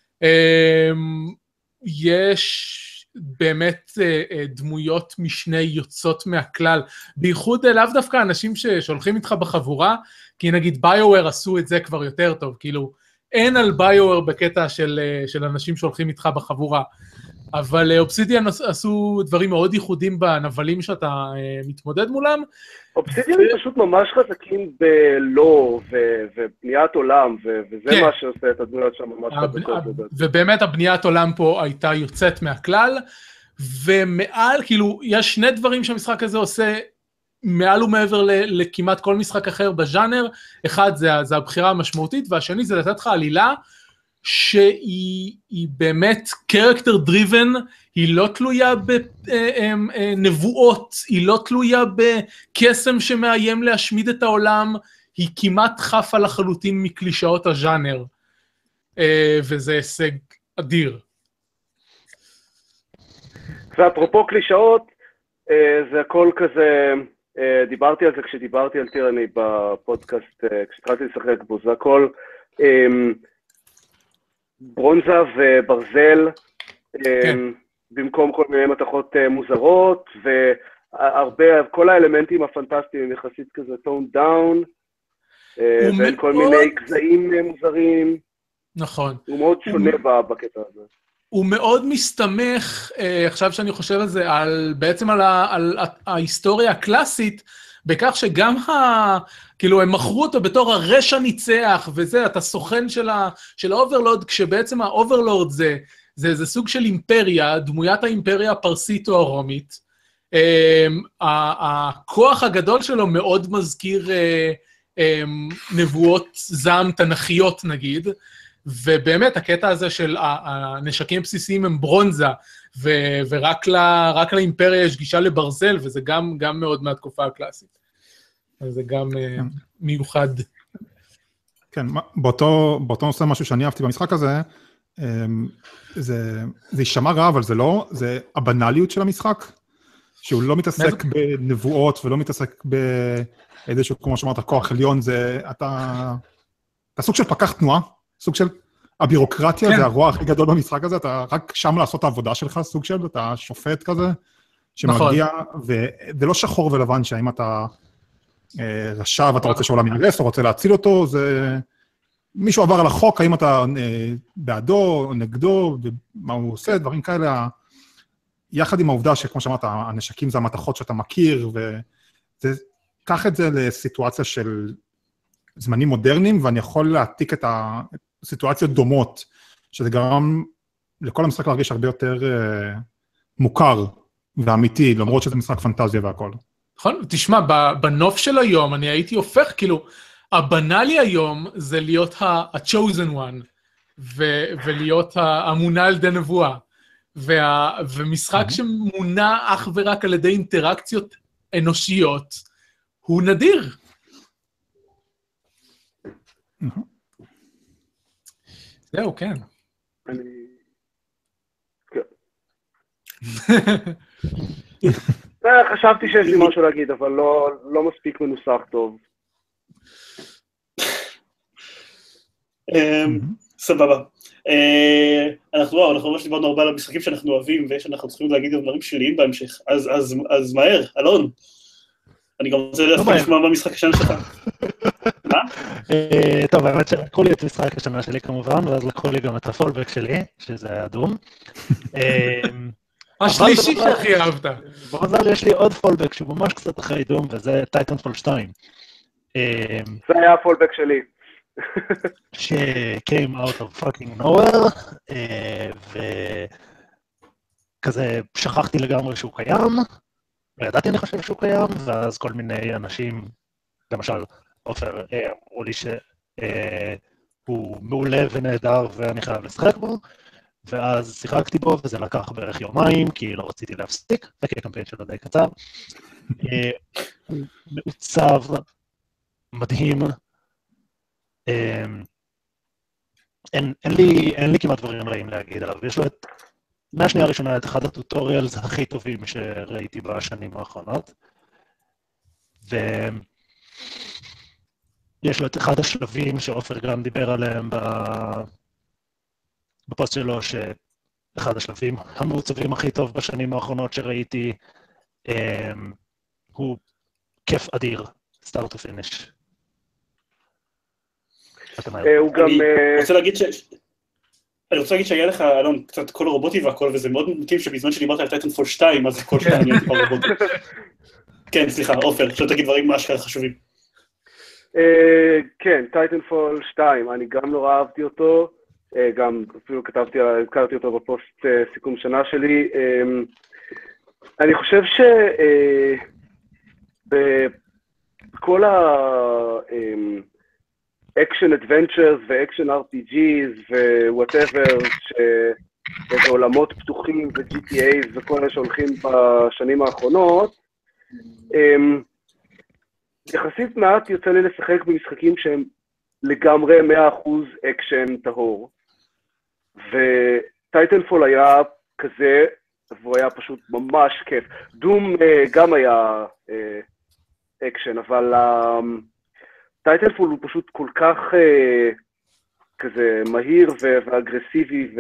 יש באמת דמויות משנה יוצאות מהכלל, בייחוד לאו דווקא אנשים ששולחים איתך בחבורה, כי נגיד ביואר עשו את זה כבר יותר טוב, כאילו אין על ביואר בקטע של, של אנשים שהולכים איתך בחבורה, אבל אובסידיאן עשו דברים מאוד ייחודים בנבלים שאתה מתמודד מולם. אובסידיאן ו... פשוט ממש חזקים בלור ו- ובניית עולם, ו- וזה כן. מה שעושה את הדמויות שם ממש חזקות. הב... ובאמת הבניית עולם פה הייתה יוצאת מהכלל, ומעל, כאילו, יש שני דברים שהמשחק הזה עושה, מעל ומעבר ל- לכמעט כל משחק אחר בז'אנר, אחד זה, זה הבחירה המשמעותית, והשני זה לתת לך עלילה, שהיא באמת character driven, היא לא תלויה בנבואות, היא לא תלויה בקסם שמאיים להשמיד את העולם, היא כמעט חפה לחלוטין מקלישאות הז'אנר, וזה הישג אדיר. ואפרופו קלישאות, זה הכל כזה, דיברתי על זה כשדיברתי על טירני בפודקאסט, כשהתחלתי לשחק בו, זה הכל ברונזה וברזל, כן. במקום כל מיני מתכות מוזרות, והרבה, כל האלמנטים הפנטסטיים הם יחסית כזה טון דאון, ואין כל מיני גזעים מוזרים. נכון. הוא מאוד שונה הוא... בקטע הזה. הוא מאוד מסתמך, עכשיו שאני חושב על זה, על, בעצם על, ה, על ההיסטוריה הקלאסית, בכך שגם ה... כאילו, הם מכרו אותו בתור הרשע ניצח, וזה, אתה סוכן של, ה, של האוברלורד, כשבעצם האוברלורד זה, זה, זה סוג של אימפריה, דמוית האימפריה הפרסית או הרומית. הכוח הגדול שלו מאוד מזכיר נבואות זעם תנכיות, נגיד, ובאמת, הקטע הזה של הנשקים הבסיסיים הם ברונזה, ו- ורק לה, רק לאימפריה יש גישה לברזל, וזה גם, גם מאוד מהתקופה הקלאסית. אז זה גם כן. מיוחד. כן, באותו, באותו נושא משהו שאני אהבתי במשחק הזה, זה, זה יישמע רע, אבל זה לא, זה הבנליות של המשחק, שהוא לא מתעסק בנבואות, ולא מתעסק באיזשהו, כמו שאמרת, כוח עליון, זה, אתה, אתה סוג של פקח תנועה, סוג של, הבירוקרטיה כן. זה הרוע הכי גדול במשחק הזה, אתה רק שם לעשות את העבודה שלך, סוג של, אתה שופט כזה, שמגיע, נכון. וזה לא שחור ולבן, שהאם אתה אה, רשע ואתה רוצה שהעולם יהרס, או רוצה להציל אותו, זה מישהו עבר על החוק, האם אתה אה, בעדו, או נגדו, ומה הוא עושה, דברים כאלה, יחד עם העובדה שכמו שאמרת, הנשקים זה המתכות שאתה מכיר, וזה, קח את זה לסיטואציה של זמנים מודרניים, ואני יכול להעתיק את הסיטואציות דומות, שזה גרם לכל המשחק להרגיש הרבה יותר uh, מוכר ואמיתי, למרות שזה משחק פנטזיה והכל. נכון, תשמע, בנוף של היום אני הייתי הופך, כאילו, הבנאלי היום זה להיות ה-chosen one, ו- ולהיות המונה על ידי נבואה, וה- ומשחק mm-hmm. שמונה אך ורק על ידי אינטראקציות אנושיות, הוא נדיר. Mm-hmm. זהו, כן. אני... חשבתי שיש לי משהו להגיד, אבל לא מספיק מנוסח טוב. סבבה. אנחנו אנחנו ממש דיברנו הרבה על המשחקים שאנחנו אוהבים, ושאנחנו צריכים להגיד גם דברים שליליים בהמשך. אז מהר, אלון. אני גם רוצה לשמוע במשחק השנה שלך. מה? טוב, האמת שלקחו לי את משחק השנה שלי כמובן, ואז לקחו לי גם את הפולבק שלי, שזה אדום. השלישי שהכי אהבת. במזל יש לי עוד פולבק שהוא ממש קצת אחרי דום, וזה טייטנפול שתיים. זה היה הפולבק שלי. ש-came out of fucking nowhere, וכזה שכחתי לגמרי שהוא קיים, וידעתי אני חושב שהוא קיים, ואז כל מיני אנשים, למשל, עופר, אמרו לי שהוא מעולה ונהדר ואני חייב לשחק בו, ואז שיחקתי בו וזה לקח בערך יומיים, כי לא רציתי להפסיק, וכי הקמפיין שלו די קצר. הוא מעוצב, מדהים, אין, אין לי, אין לי כמעט דברים רעים להגיד עליו, יש לו את, מהשנייה הראשונה, את אחד הטוטוריאלס הכי טובים שראיתי בשנים האחרונות, ויש לו את אחד השלבים שעופר גם דיבר עליהם בפוסט שלו, שאחד השלבים המעוצבים הכי טוב בשנים האחרונות שראיתי, הוא כיף אדיר, start to finish. הוא גם... אני רוצה להגיד ש... אני רוצה להגיד שהיה לך, אלון, קצת קול רובוטי והכל, וזה מאוד מתאים שבזמן שדיברת על טייטנפול שתיים, אז הכל שלך נהיה טיפה רובוטי. כן, סליחה, עופר, שאתה תגיד דברים מה שכאלה חשובים. כן, טייטנפול שתיים, אני גם נורא אהבתי אותו, גם אפילו כתבתי, הזכרתי אותו בפוסט סיכום שנה שלי. אני חושב שבכל ה... אקשן אדוונצ'רס ואקשן אר פי ג'יז ווואטאבר, שזה עולמות פתוחים ו-ג'י טי איי וכל מה שהולכים בשנים האחרונות, יחסית מעט יוצא לי לשחק במשחקים שהם לגמרי מאה אחוז אקשן טהור. וטייטנפול היה כזה, והוא היה פשוט ממש כיף. דום גם היה אקשן, אבל... טייטנפול הוא פשוט כל כך אה, כזה מהיר ואגרסיבי,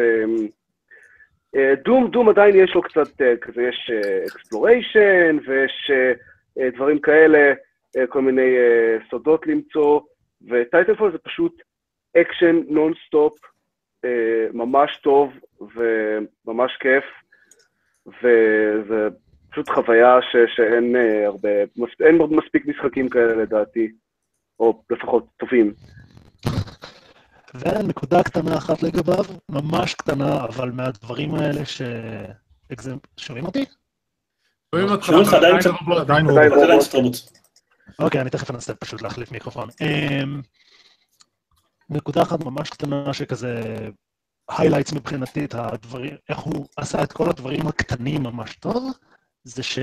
ודום, דום עדיין יש לו קצת אה, כזה, יש אקספלוריישן, אה, ויש אה, דברים כאלה, אה, כל מיני אה, סודות למצוא, וטייטנפול זה פשוט אקשן נון-סטופ, אה, ממש טוב וממש כיף, וזה פשוט חוויה ש, שאין אה, הרבה, אין מספיק משחקים כאלה לדעתי. או לפחות טובים. ונקודה קטנה אחת לגביו, ממש קטנה, אבל מהדברים האלה ש... שומעים אותי? שומעים אותך, שומעים אותך עדיין עדיין סטרובוט. אוקיי, אני תכף אנסה פשוט להחליף מיקרופון. נקודה אחת ממש קטנה שכזה, highlights מבחינתי את הדברים, איך הוא עשה את כל הדברים הקטנים ממש טוב, זה ש...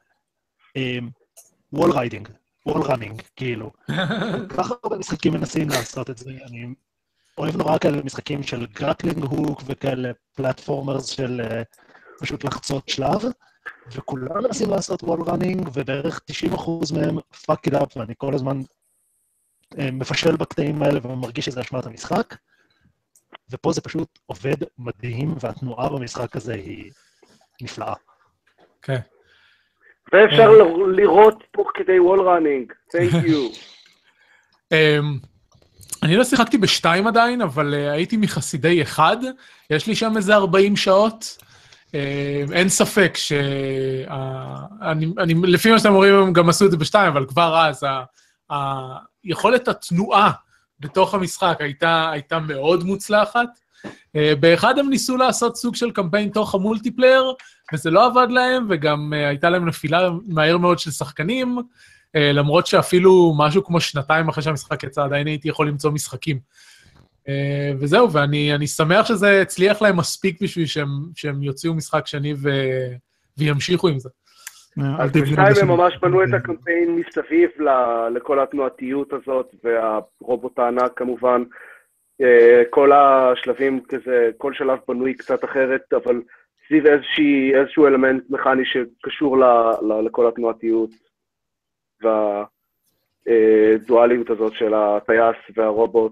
wall riding. וול ראנינג, כאילו. ככה הרבה משחקים מנסים לעשות את זה, אני אוהב נורא כאלה משחקים של גרפלינג הוק וכאלה פלטפורמרס של פשוט לחצות שלב, וכולם מנסים לעשות וול ראנינג, ובערך תשעים אחוז מהם פאק איט אפ, ואני כל הזמן מפשל בקטעים האלה ומרגיש שזה אשמת המשחק, ופה זה פשוט עובד מדהים, והתנועה במשחק הזה היא נפלאה. כן. ואפשר לראות תוך כדי וול ראנינג, thank you. אני לא שיחקתי בשתיים עדיין, אבל הייתי מחסידי אחד, יש לי שם איזה ארבעים שעות, אין ספק ש... לפי מה שאתם אומרים, הם גם עשו את זה בשתיים, אבל כבר אז, היכולת התנועה בתוך המשחק הייתה מאוד מוצלחת, באחד הם ניסו לעשות סוג של קמפיין תוך המולטיפלייר, וזה לא עבד להם, וגם הייתה להם נפילה מהר מאוד של שחקנים, למרות שאפילו משהו כמו שנתיים אחרי שהמשחק יצא, עדיין הייתי יכול למצוא משחקים. וזהו, ואני שמח שזה הצליח להם מספיק בשביל שהם, שהם יוציאו משחק שני ו, וימשיכו עם זה. אז בשתיים הם ממש בנו את הקמפיין מסביב לכל התנועתיות הזאת, והרובוט הענק כמובן, כל השלבים כזה, כל שלב בנוי קצת אחרת, אבל סביב איזשהו אלמנט מכני שקשור לכל התנועתיות והדואליות הזאת של הטייס והרובוט.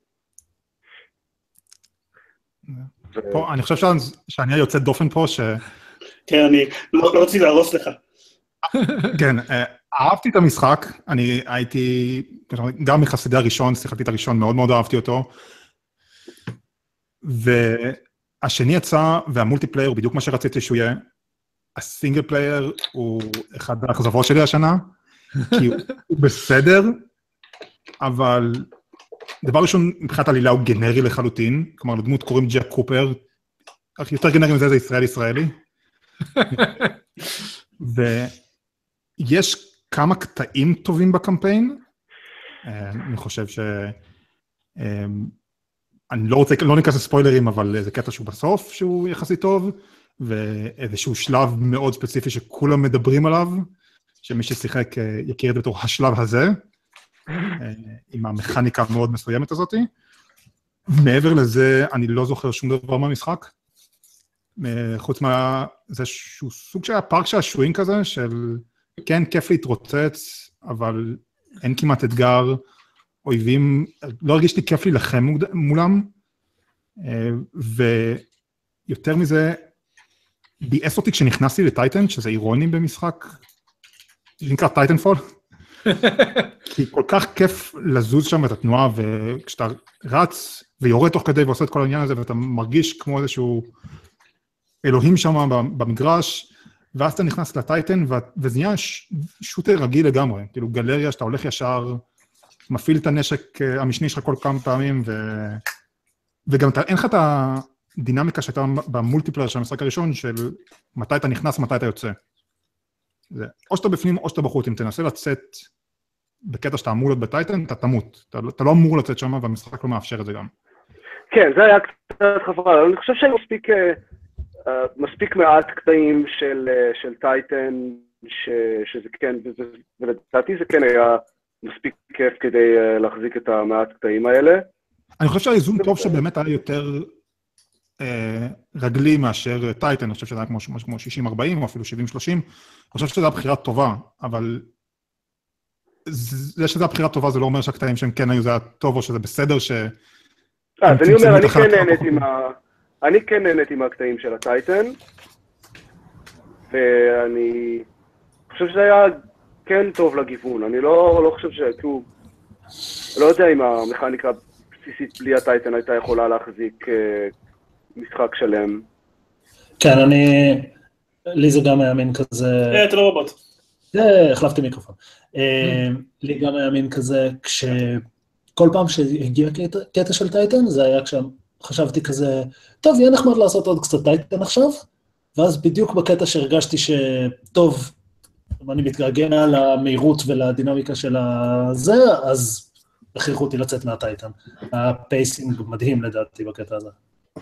אני חושב שאני היוצא דופן פה ש... כן, אני לא רציתי להרוס לך. כן, אהבתי את המשחק, אני הייתי, גם מחסידי הראשון, שיחקתי את הראשון, מאוד מאוד אהבתי אותו, והשני יצא, והמולטיפלייר הוא בדיוק מה שרציתי שהוא יהיה, הסינגל פלייר הוא אחד האכזבות שלי השנה, כי הוא בסדר, אבל דבר ראשון, מבחינת עלילה הוא גנרי לחלוטין, כלומר, לדמות קוראים ג'ק קופר, יותר גנרי מזה זה ישראל-ישראלי, ויש כמה קטעים טובים בקמפיין, אני חושב ש... אני לא רוצה, לא ניכנס לספוילרים, אבל זה קטע שהוא בסוף, שהוא יחסית טוב, ואיזשהו שלב מאוד ספציפי שכולם מדברים עליו, שמי ששיחק יכיר את זה בתור השלב הזה, עם המכניקה המאוד מסוימת הזאת. מעבר לזה, אני לא זוכר שום דבר מהמשחק, חוץ מה... זה שהוא סוג של הפארק שעשועים כזה, של כן, כיף להתרוצץ, אבל אין כמעט אתגר, אויבים, לא הרגיש לי כיף להילחם מולם, ויותר מזה, ביאס אותי כשנכנסתי לטייטן, שזה אירוני במשחק, זה נקרא טייטנפול, כי כל כך כיף לזוז שם את התנועה, וכשאתה רץ ויורד תוך כדי ועושה את כל העניין הזה, ואתה מרגיש כמו איזשהו אלוהים שם במגרש, ואז אתה נכנס לטייטן, וזה נהיה שוטר רגיל לגמרי, כאילו גלריה שאתה הולך ישר, מפעיל את הנשק המשני שלך כל כמה פעמים, ו... וגם אתה, אין לך את הדינמיקה שהייתה במולטיפלייר של המשחק הראשון, של מתי אתה נכנס, מתי אתה יוצא. זה, או שאתה בפנים, או שאתה בחוץ, אם תנסה לצאת בקטע שאתה אמור להיות בטייטן, אתה תמות. אתה, אתה לא אמור לצאת שם, והמשחק לא מאפשר את זה גם. כן, זה היה קצת חבל. אני חושב שאני מספיק, uh, מספיק מעט קטעים של, uh, של טייטן, ש, שזה כן, ולדעתי זה כן היה מספיק כיף כדי uh, להחזיק את המעט קטעים האלה. אני חושב שהאיזון טוב שבאמת היה יותר אה, רגלי מאשר טייטן, אני חושב שזה היה כמו, כמו שישים ארבעים או אפילו שבעים שלושים, אני חושב שזה היה בחירה טובה, אבל זה שזה הבחירה טובה זה לא אומר שהקטעים שהם כן היו, זה היה טוב או שזה בסדר ש... אה, אז אני אומר, אני כן נהנית עם ה... אני כן נהנית עם הקטעים של הטייטן, ואני חושב שזה היה כן טוב לגיוון, אני לא, לא חושב שכאילו... לא יודע אם המכניקה בסיסית בלי הטייטן הייתה יכולה להחזיק משחק שלם. כן, אני... לי זה גם היה מין כזה... אה, אתה לא רובוט. אה, החלפתי מיקרופון. לי גם היה מין כזה, כשכל פעם שהגיע קטע של טייטן, זה היה כשחשבתי כזה, טוב, יהיה נחמד לעשות עוד קצת טייטן עכשיו, ואז בדיוק בקטע שהרגשתי שטוב, אני מתגעגע למהירות ולדינמיקה של הזה, אז הכריחו אותי לצאת מהטייטן. הפייסינג מדהים לדעתי בקטע הזה.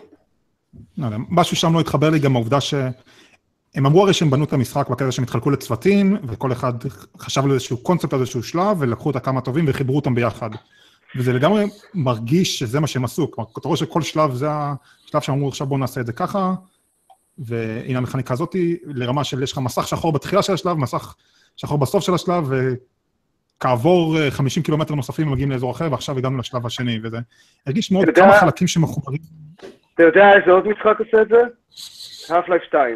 משהו שם לא התחבר לי גם העובדה שהם אמרו הרי שהם בנו את המשחק בקטע שהם התחלקו לצוותים, וכל אחד חשב על איזשהו קונספט, על איזשהו שלב, ולקחו את הכמה טובים וחיברו אותם ביחד. וזה לגמרי מרגיש שזה מה שהם עשו. כלומר, אתה רואה שכל שלב זה השלב שאמרו עכשיו בואו נעשה את זה ככה, והנה המכניקה הזאת לרמה של יש לך מסך שחור בתחילה של השלב, מסך שחור בסוף של השלב, וכעבור חמישים קילומטר נוספים מגיעים לאזור אחר, ועכשיו הגענו לשלב השני, וזה הרגיש מאוד כמה חלקים שמחוברים. אתה יודע איזה עוד משחק עושה את זה? Half-Life שתיים.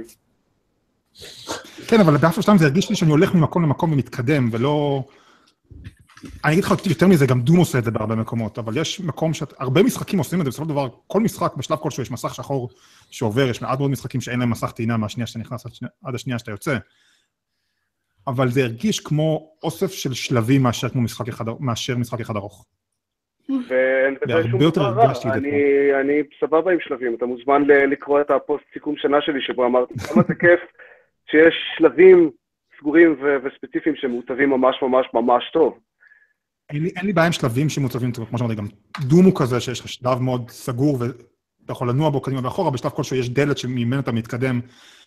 כן, אבל ב-Half-Life שתיים זה הרגיש לי שאני הולך ממקום למקום ומתקדם, ולא... אני אגיד לך יותר מזה, גם דום עושה את זה בהרבה מקומות, אבל יש מקום שהרבה משחקים עושים את זה, בסופו של דבר, כל משחק, בשלב כלשהו, יש מסך שחור שעובר, יש מעט מאוד משחקים שאין להם מסך טעינה מהשנייה שאתה נכנס עד השנייה שאתה יוצא. אבל זה הרגיש כמו אוסף של שלבים מאשר כמו משחק אחד, מאשר משחק אחד ארוך. והרבה יותר הרגשתי את זה. אני סבבה עם שלבים, אתה מוזמן לקרוא את הפוסט סיכום שנה שלי, שבו אמרתי, כמה זה כיף שיש שלבים סגורים וספציפיים שמוצבים ממש ממש ממש טוב. אין לי, אין לי בעיה עם שלבים שמוצבים, כמו שאמרתי, גם דום הוא כזה שיש לך שלב מאוד סגור ואתה יכול לנוע בו קדימה ואחורה, בשלב כלשהו יש דלת שממנו אתה מתקדם.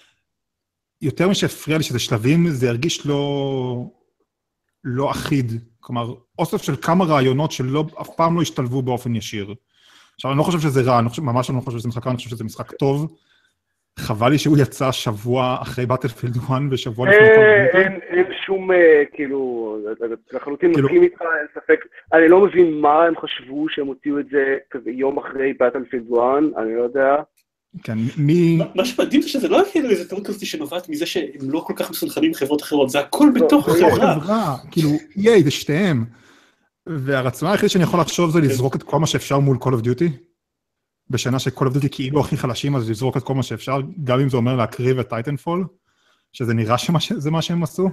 יותר משהפריע לי שזה שלבים, זה הרגיש לא, לא אחיד. כלומר, אוסף של כמה רעיונות שלא, אף פעם לא השתלבו באופן ישיר. עכשיו, אני לא חושב שזה רע, אני חושב, ממש לא חושב שזה משחק רע, אני חושב שזה משחק טוב. חבל לי שהוא יצא שבוע אחרי באטלפילד אחת ושבוע לפני כל... אין שום, כאילו, לחלוטין מסכים איתך, אין ספק. אני לא מבין מה הם חשבו שהם הוציאו את זה כזה יום אחרי באטלפילד אחת, אני לא יודע. כן, מי... מה שמדהים זה שזה לא כאילו איזה טעות כזאת שנובעת מזה שהם לא כל כך מסונכנים חברות אחרות, זה הכל בתוך חברה. כאילו, ייי, זה שתיהם. והרצונה היחיד שאני יכול לחשוב זה לזרוק את כל מה שאפשר מול Call of Duty. בשנה ש-Call of Duty כאילו הכי חלשים, אז לזרוק את כל מה שאפשר, גם אם זה אומר להקריב את טייטנפול, שזה נראה שזה מה שהם עשו.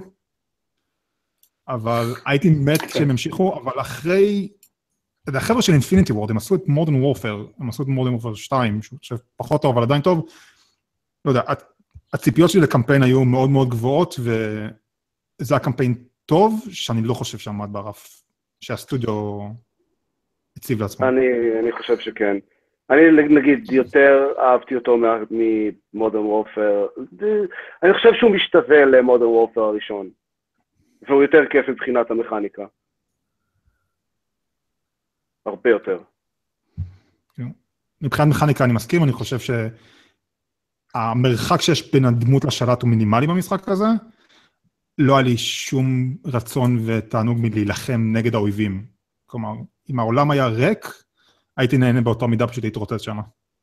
אבל הייתי מת שהם המשיכו, אבל אחרי... החבר'ה של Infinity Ward, הם עשו את Modern Warfare, הם עשו את Modern Warfare שתיים, שפחות טוב, אבל עדיין טוב. לא יודע, הציפיות שלי לקמפיין היו מאוד מאוד גבוהות, וזה הקמפיין טוב, שאני לא חושב שעמד ברף, שהסטודיו הציב לעצמו. אני, אני חושב שכן. אני נגיד יותר אהבתי אותו מ-Modern Warfare, אני חושב שהוא משתווה ל-Modern Warfare הראשון, והוא יותר כיף מבחינת המכניקה. הרבה יותר. מבחינת מכניקה אני מסכים, אני חושב שהמרחק שיש בין הדמות לשלט הוא מינימלי במשחק הזה, לא היה לי שום רצון ותענוג מלהילחם נגד האויבים. כלומר, אם העולם היה ריק, הייתי נהנה באותה מידה פשוט להתרוצץ שם.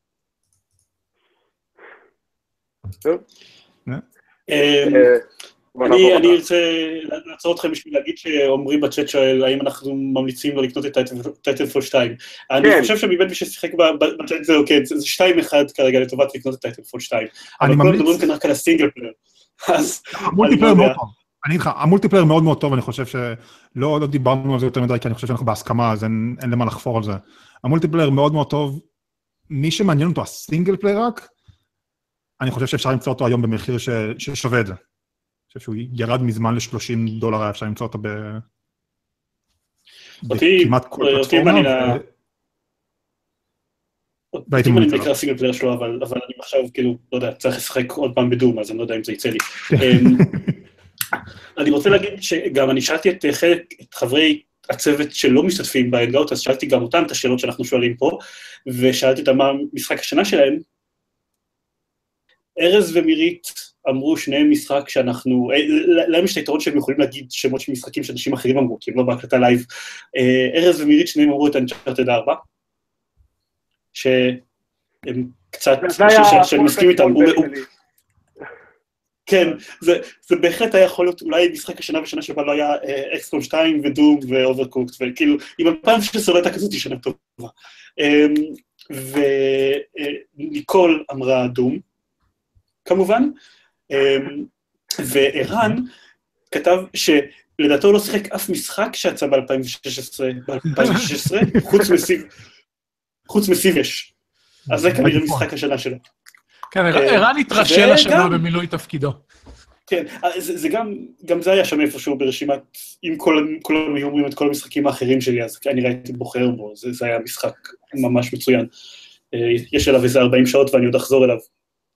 אני ארצה לעצור אתכם בשביל להגיד שאומרים בצ'אט שואל, האם אנחנו ממליצים לו לקנות את טייטנפול שתיים. אני חושב שמבין מי ששיחק בצ'אט זהו, כן, זה שתיים אחד כרגע לטובת לקנות את טייטנפול שתיים. אבל כולם מדברים כאן רק על הסינגל פלייר. המולטיפלייר מאוד טוב. אני אגיד לך, המולטיפלייר מאוד מאוד טוב, אני חושב שלא דיברנו על זה יותר מדי, כי אני חושב שאנחנו בהסכמה, אז אין למה לחפור על זה. המולטיפלייר מאוד מאוד טוב. מי שמעניין אותו, הסינגל פלייר רק, אני חושב שאפשר למצוא אותו היום במחיר ששווה את זה. אני חושב שהוא ירד מזמן ל-שלושים דולר, היה אפשר למצוא אותו בכמעט כל פלטפורמה. אותי אני נקרא סינגל פלייר שלו, אבל אני עכשיו כאילו, לא יודע, צריך לשחק עוד פעם בדום, אז אני לא יודע אם זה יצא לי. אני רוצה להגיד שגם אני שאלתי את חלק, את חברי הצוות שלא משתתפים בהנגאוט, אז שאלתי גם אותם את השאלות שאנחנו שואלים פה, ושאלתי אותם מה משחק השנה שלהם. ארז ומירית אמרו שניהם משחק שאנחנו, להם יש את היתרון שהם יכולים להגיד שמות של משחקים שאנשים אחרים אמרו, כי הם לא בהקלטה לייב. ארז ומירית שניהם אמרו את אנצ'ארטד ארבע, שהם קצת, שאני מסכים איתם, כן, זה בהחלט היה יכול להיות אולי משחק השנה ושנה שבה לא היה אקסקום שתיים ודום ואוברקוקט, וכאילו, אם אלפיים ושש עשרה לא הייתה כזאת שנה טובה. וניקול אמרה דום, כמובן, וערן כתב שלדעתו לא שיחק אף משחק שיצא ב-אלפיים ושש עשרה, חוץ מסיבש. אז זה כנראה משחק השנה שלו. כן, ערן התרשל השנה במילוי תפקידו. כן, זה גם זה היה שם איפשהו ברשימת, אם כולם היו אומרים את כל המשחקים האחרים שלי, אז אני ראיתי בוחר בו, זה היה משחק ממש מצוין. יש אליו איזה ארבעים שעות ואני עוד אחזור אליו.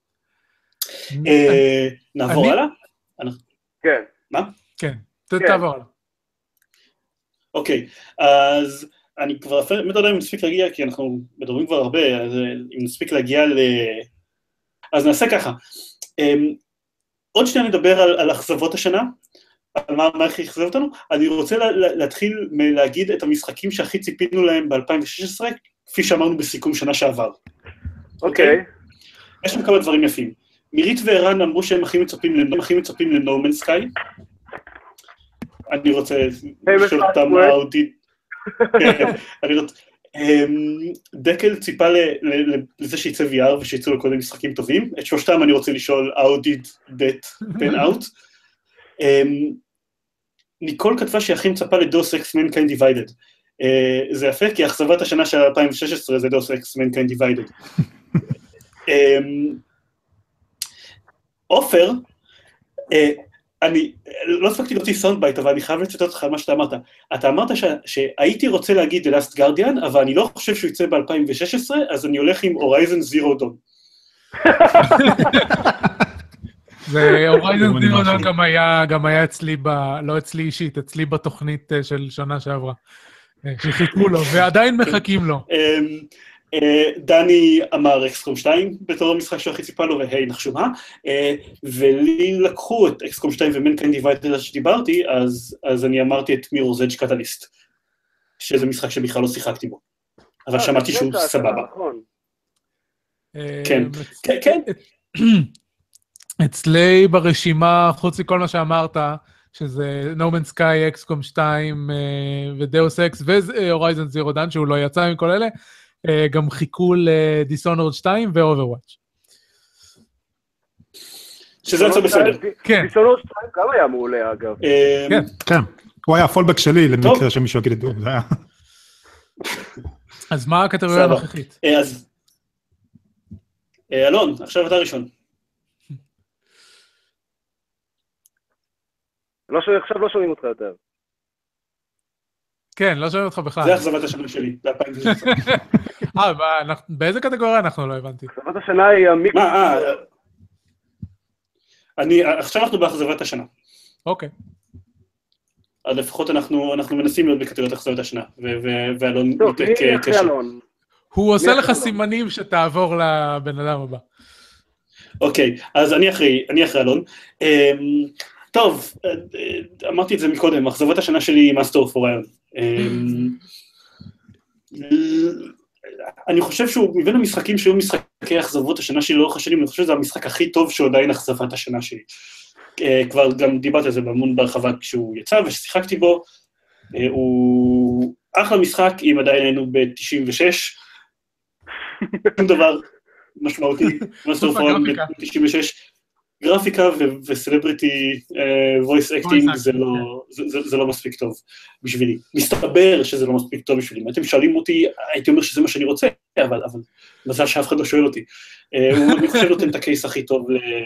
נעבור הלאה? כן. מה? כן, תעבור הלאה. אוקיי, אז אני כבר אפילו, לא יודע אם נספיק להגיע, כי אנחנו מדברים כבר הרבה, אז אם נספיק להגיע ל... אז נעשה ככה. עוד שניה נדבר על אכזבות השנה, על מה איך יחזב אותנו. אני רוצה להתחיל מלהגיד את המשחקים שהכי ציפינו להם ב-אלפיים ושש עשרה, כפי שאמרנו בסיכום שנה שעבר. אוקיי. יש שם כמה דברים יפים. מירית וערן אמרו שהם הכי מצפים ל-No Man's Sky. אני רוצה לשאול אותם מה אותי... אני רוצה... דקל ציפה לזה שיצא וי אר ושיצאו לו קודם משחקים טובים. את שלושתם אני רוצה לשאול, how did that pan out? ניקול כתבה שהכי מצפה לדוס אקס Mankind Divided. זה יפה, כי אכזבת השנה של אלפיים ושש עשרה זה דוס אקס Mankind Divided. אופר, אני לא ספקתי להוציא סאונד בייט, אבל אני חייב לצטט אותך על מה שאתה אמרת. אתה אמרת שהייתי רוצה להגיד The Last Guardian, אבל אני לא חושב שהוא יצא ב-אלפיים ושש עשרה, אז אני הולך עם Horizon Zero Dawn. ו-Horizon Zero Dawn גם היה אצלי, לא אצלי אישית, אצלי בתוכנית של שנה שעברה, שחיכו לו, ועדיין מחכים לו. דני אמר אקסקום שתיים בתור המשחק שהוא הכי ציפה לו, והי נחשו מה, ולי לקחו את אקסקום שתיים ומנקיינד דיוויידד שדיברתי, אז אני אמרתי את מירור's Edge Catalyst, שזה משחק שבכלל לא שיחקתי בו, אבל שמעתי שהוא סבבה. כן, כן. אצלי ברשימה, חוץ מכל מה שאמרת, שזה No Man's Sky, אקסקום שתיים ודאוס אקס ו-Horizon Zero Dawn, שהוא לא יצא מכל אלה, גם חיכו ל-Dishonored שתיים ו-Overwatch. שזה יצא בסדר. כן. Dishonored שתיים גם היה מעולה, אגב. כן. כן. הוא היה הפולבק שלי, למקרה שמישהו יגיד את דום, זה היה. אז מה הקטגוריה הנוכחית? אז... אלון, עכשיו אתה ראשון. עכשיו לא שומעים אותך יותר. כן, לא שומעים אותך בכלל. זה אכזבת השנה שלי, ב-אלפיים ושש עשרה. אה, באיזה קטגוריה אנחנו לא הבנתי? אכזבת השנה היא המיקרו. מה, אה... עכשיו אנחנו באכזבת השנה. אוקיי. אז לפחות אנחנו מנסים להיות בקטגוריית אכזבת השנה, ואלון ניתק קשר. הוא עושה לך סימנים שתעבור לבן אדם הבא. אוקיי, אז אני אחרי, אני אחרי אלון. טוב, אמרתי את זה מקודם, אכזבת השנה שלי היא מאסטר אוף אוריון. אני חושב שהוא, מבין המשחקים שהיו משחקי אכזבות השנה שלי לאורך השנים, אני חושב שזה המשחק הכי טוב שהוא עדיין אכזבת השנה שלי. כבר גם דיברתי על זה בהמון ברחבה כשהוא יצא וששיחקתי בו, הוא אחלה משחק, אם עדיין היינו ב-תשעים ושש, שום דבר משמעותי, מאסטר אוף אוריון ב-תשעים ושש, גרפיקה וסלבריטי וויס אקטינג זה לא מספיק טוב בשבילי. מסתבר שזה לא מספיק טוב בשבילי. אם אתם שואלים אותי, הייתי אומר שזה מה שאני רוצה, אבל מזל שאף אחד לא שואל אותי. אני חושב נותן את הקייס הכי טוב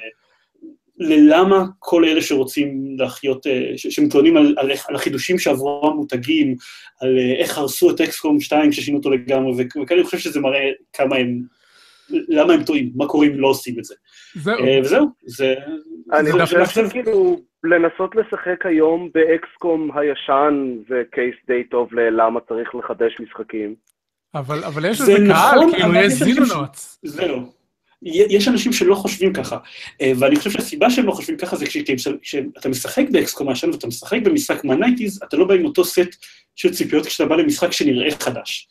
ללמה כל אלה שרוצים לחיות, שמתלונים על החידושים שעברו המותגים, על איך הרסו את אקסקום שתיים כששינו אותו לגמרי, וכאלה אני חושב שזה מראה כמה הם, למה הם טועים, מה קוראים לא עושים את זה. וזהו, זה... אני חושב שכאילו, לנסות לשחק היום באקסקום הישן, זה קייס די טוב ללמה צריך לחדש משחקים. אבל יש לזה קהל, כאילו יש זינונות. זהו. יש אנשים שלא חושבים ככה, ואני חושב שהסיבה שהם לא חושבים ככה זה כשאתה משחק באקסקום הישן ואתה משחק במשחק מהנייטיז, אתה לא בא עם אותו סט של ציפיות כשאתה בא למשחק שנראה חדש.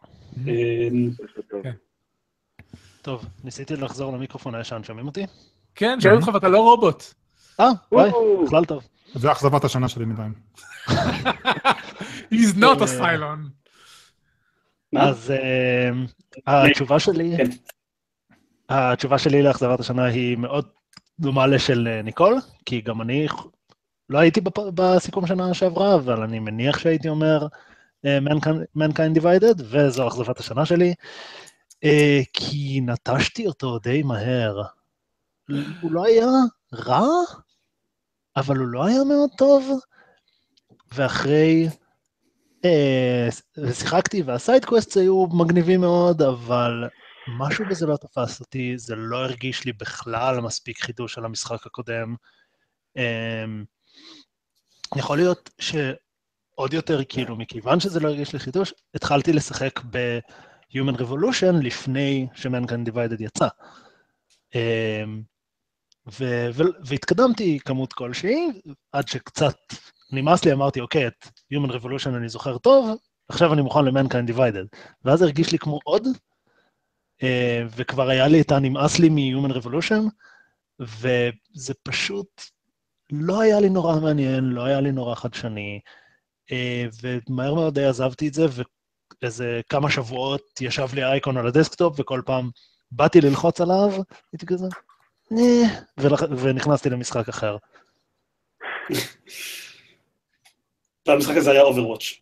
טוב, ניסיתי לחזור למיקרופון הישן, שומעים אותי? כן, שומעים אותך ואתה לא רובוט. אה, וואי, בכלל טוב. זה אכזבת השנה שלי מדי. He's not a Cylon. אז התשובה שלי... התשובה שלי לאכזבת השנה היא מאוד דומה לשל ניקול, כי גם אני לא הייתי בסיכום שנה שעברה, אבל אני מניח שהייתי אומר Mankind Divided, וזו אכזבת השנה שלי, כי נטשתי אותו די מהר. הוא לא היה רע, אבל הוא לא היה מאוד טוב, ואחרי... ושיחקתי, והסיידקווסטס היו מגניבים מאוד, אבל... משהו בזה לא תפס אותי, זה לא הרגיש לי בכלל מספיק חידוש על המשחק הקודם. יכול להיות שעוד יותר, כאילו, מכיוון שזה לא הרגיש לי חידוש, התחלתי לשחק ב-Human Revolution לפני ש-Mankind Divided יצא. והתקדמתי כמות כלשהי, עד שקצת נמאס לי, אמרתי, אוקיי, את Human Revolution אני זוכר טוב, עכשיו אני מוכן ל-Mankind Divided. ואז הרגיש לי כמו עוד, וכבר היה לי את הנמאס לי מ-Human Revolution, וזה פשוט לא היה לי נורא מעניין, לא היה לי נורא חדשני, ומהר מאוד די עזבתי את זה, ואיזה כמה שבועות ישב לי האייקון על הדסקטופ, וכל פעם באתי ללחוץ עליו, הייתי כזה, ונכנסתי למשחק אחר. והמשחק הזה היה Overwatch.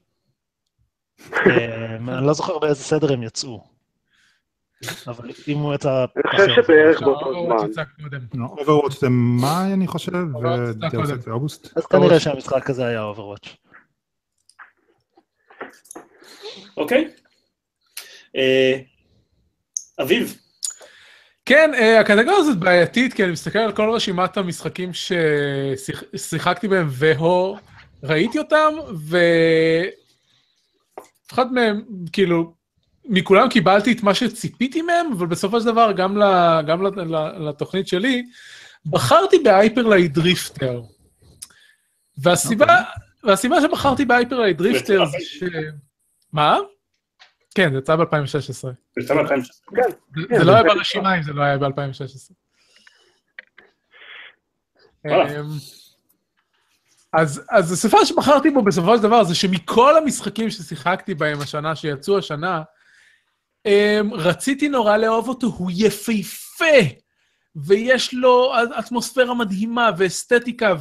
אני לא זוכר באיזה סדר הם יצאו. אבל אם הוא יצא... אני חושב שבערך באותו זמן. Overwatch זה מאי, אני חושב, ודיארסק זה אוגוסט. אז כנראה שהמשחק הזה היה Overwatch. אוקיי. אביב. כן, הקטגוריה הזאת בעייתית, כי אני מסתכל על כל רשימת המשחקים ששיחקתי בהם, והוא ראיתי אותם, ואחד מהם, כאילו, מכולם קיבלתי את מה שציפיתי מהם, אבל בסופו של דבר, גם, לה, גם לתוכנית שלי, בחרתי בהייפרלייט דריפטר. והסיבה, okay. והסיבה שבחרתי בהייפרלייט דריפטר זה ש... מה? כן, זה יצא ב-אלפיים ושש עשרה. זה יצא ב-אלפיים ושש עשרה. כן. זה לא היה ברשימה אם זה לא היה ב-אלפיים ושש עשרה. אז, אז הסיבה שבחרתי בו בסופו של דבר זה שמכל המשחקים ששיחקתי בהם השנה, שיצאו השנה, רציתי נורא לאהוב אותו, הוא יפהפה, ויש לו אטמוספירה מדהימה ואסתטיקה,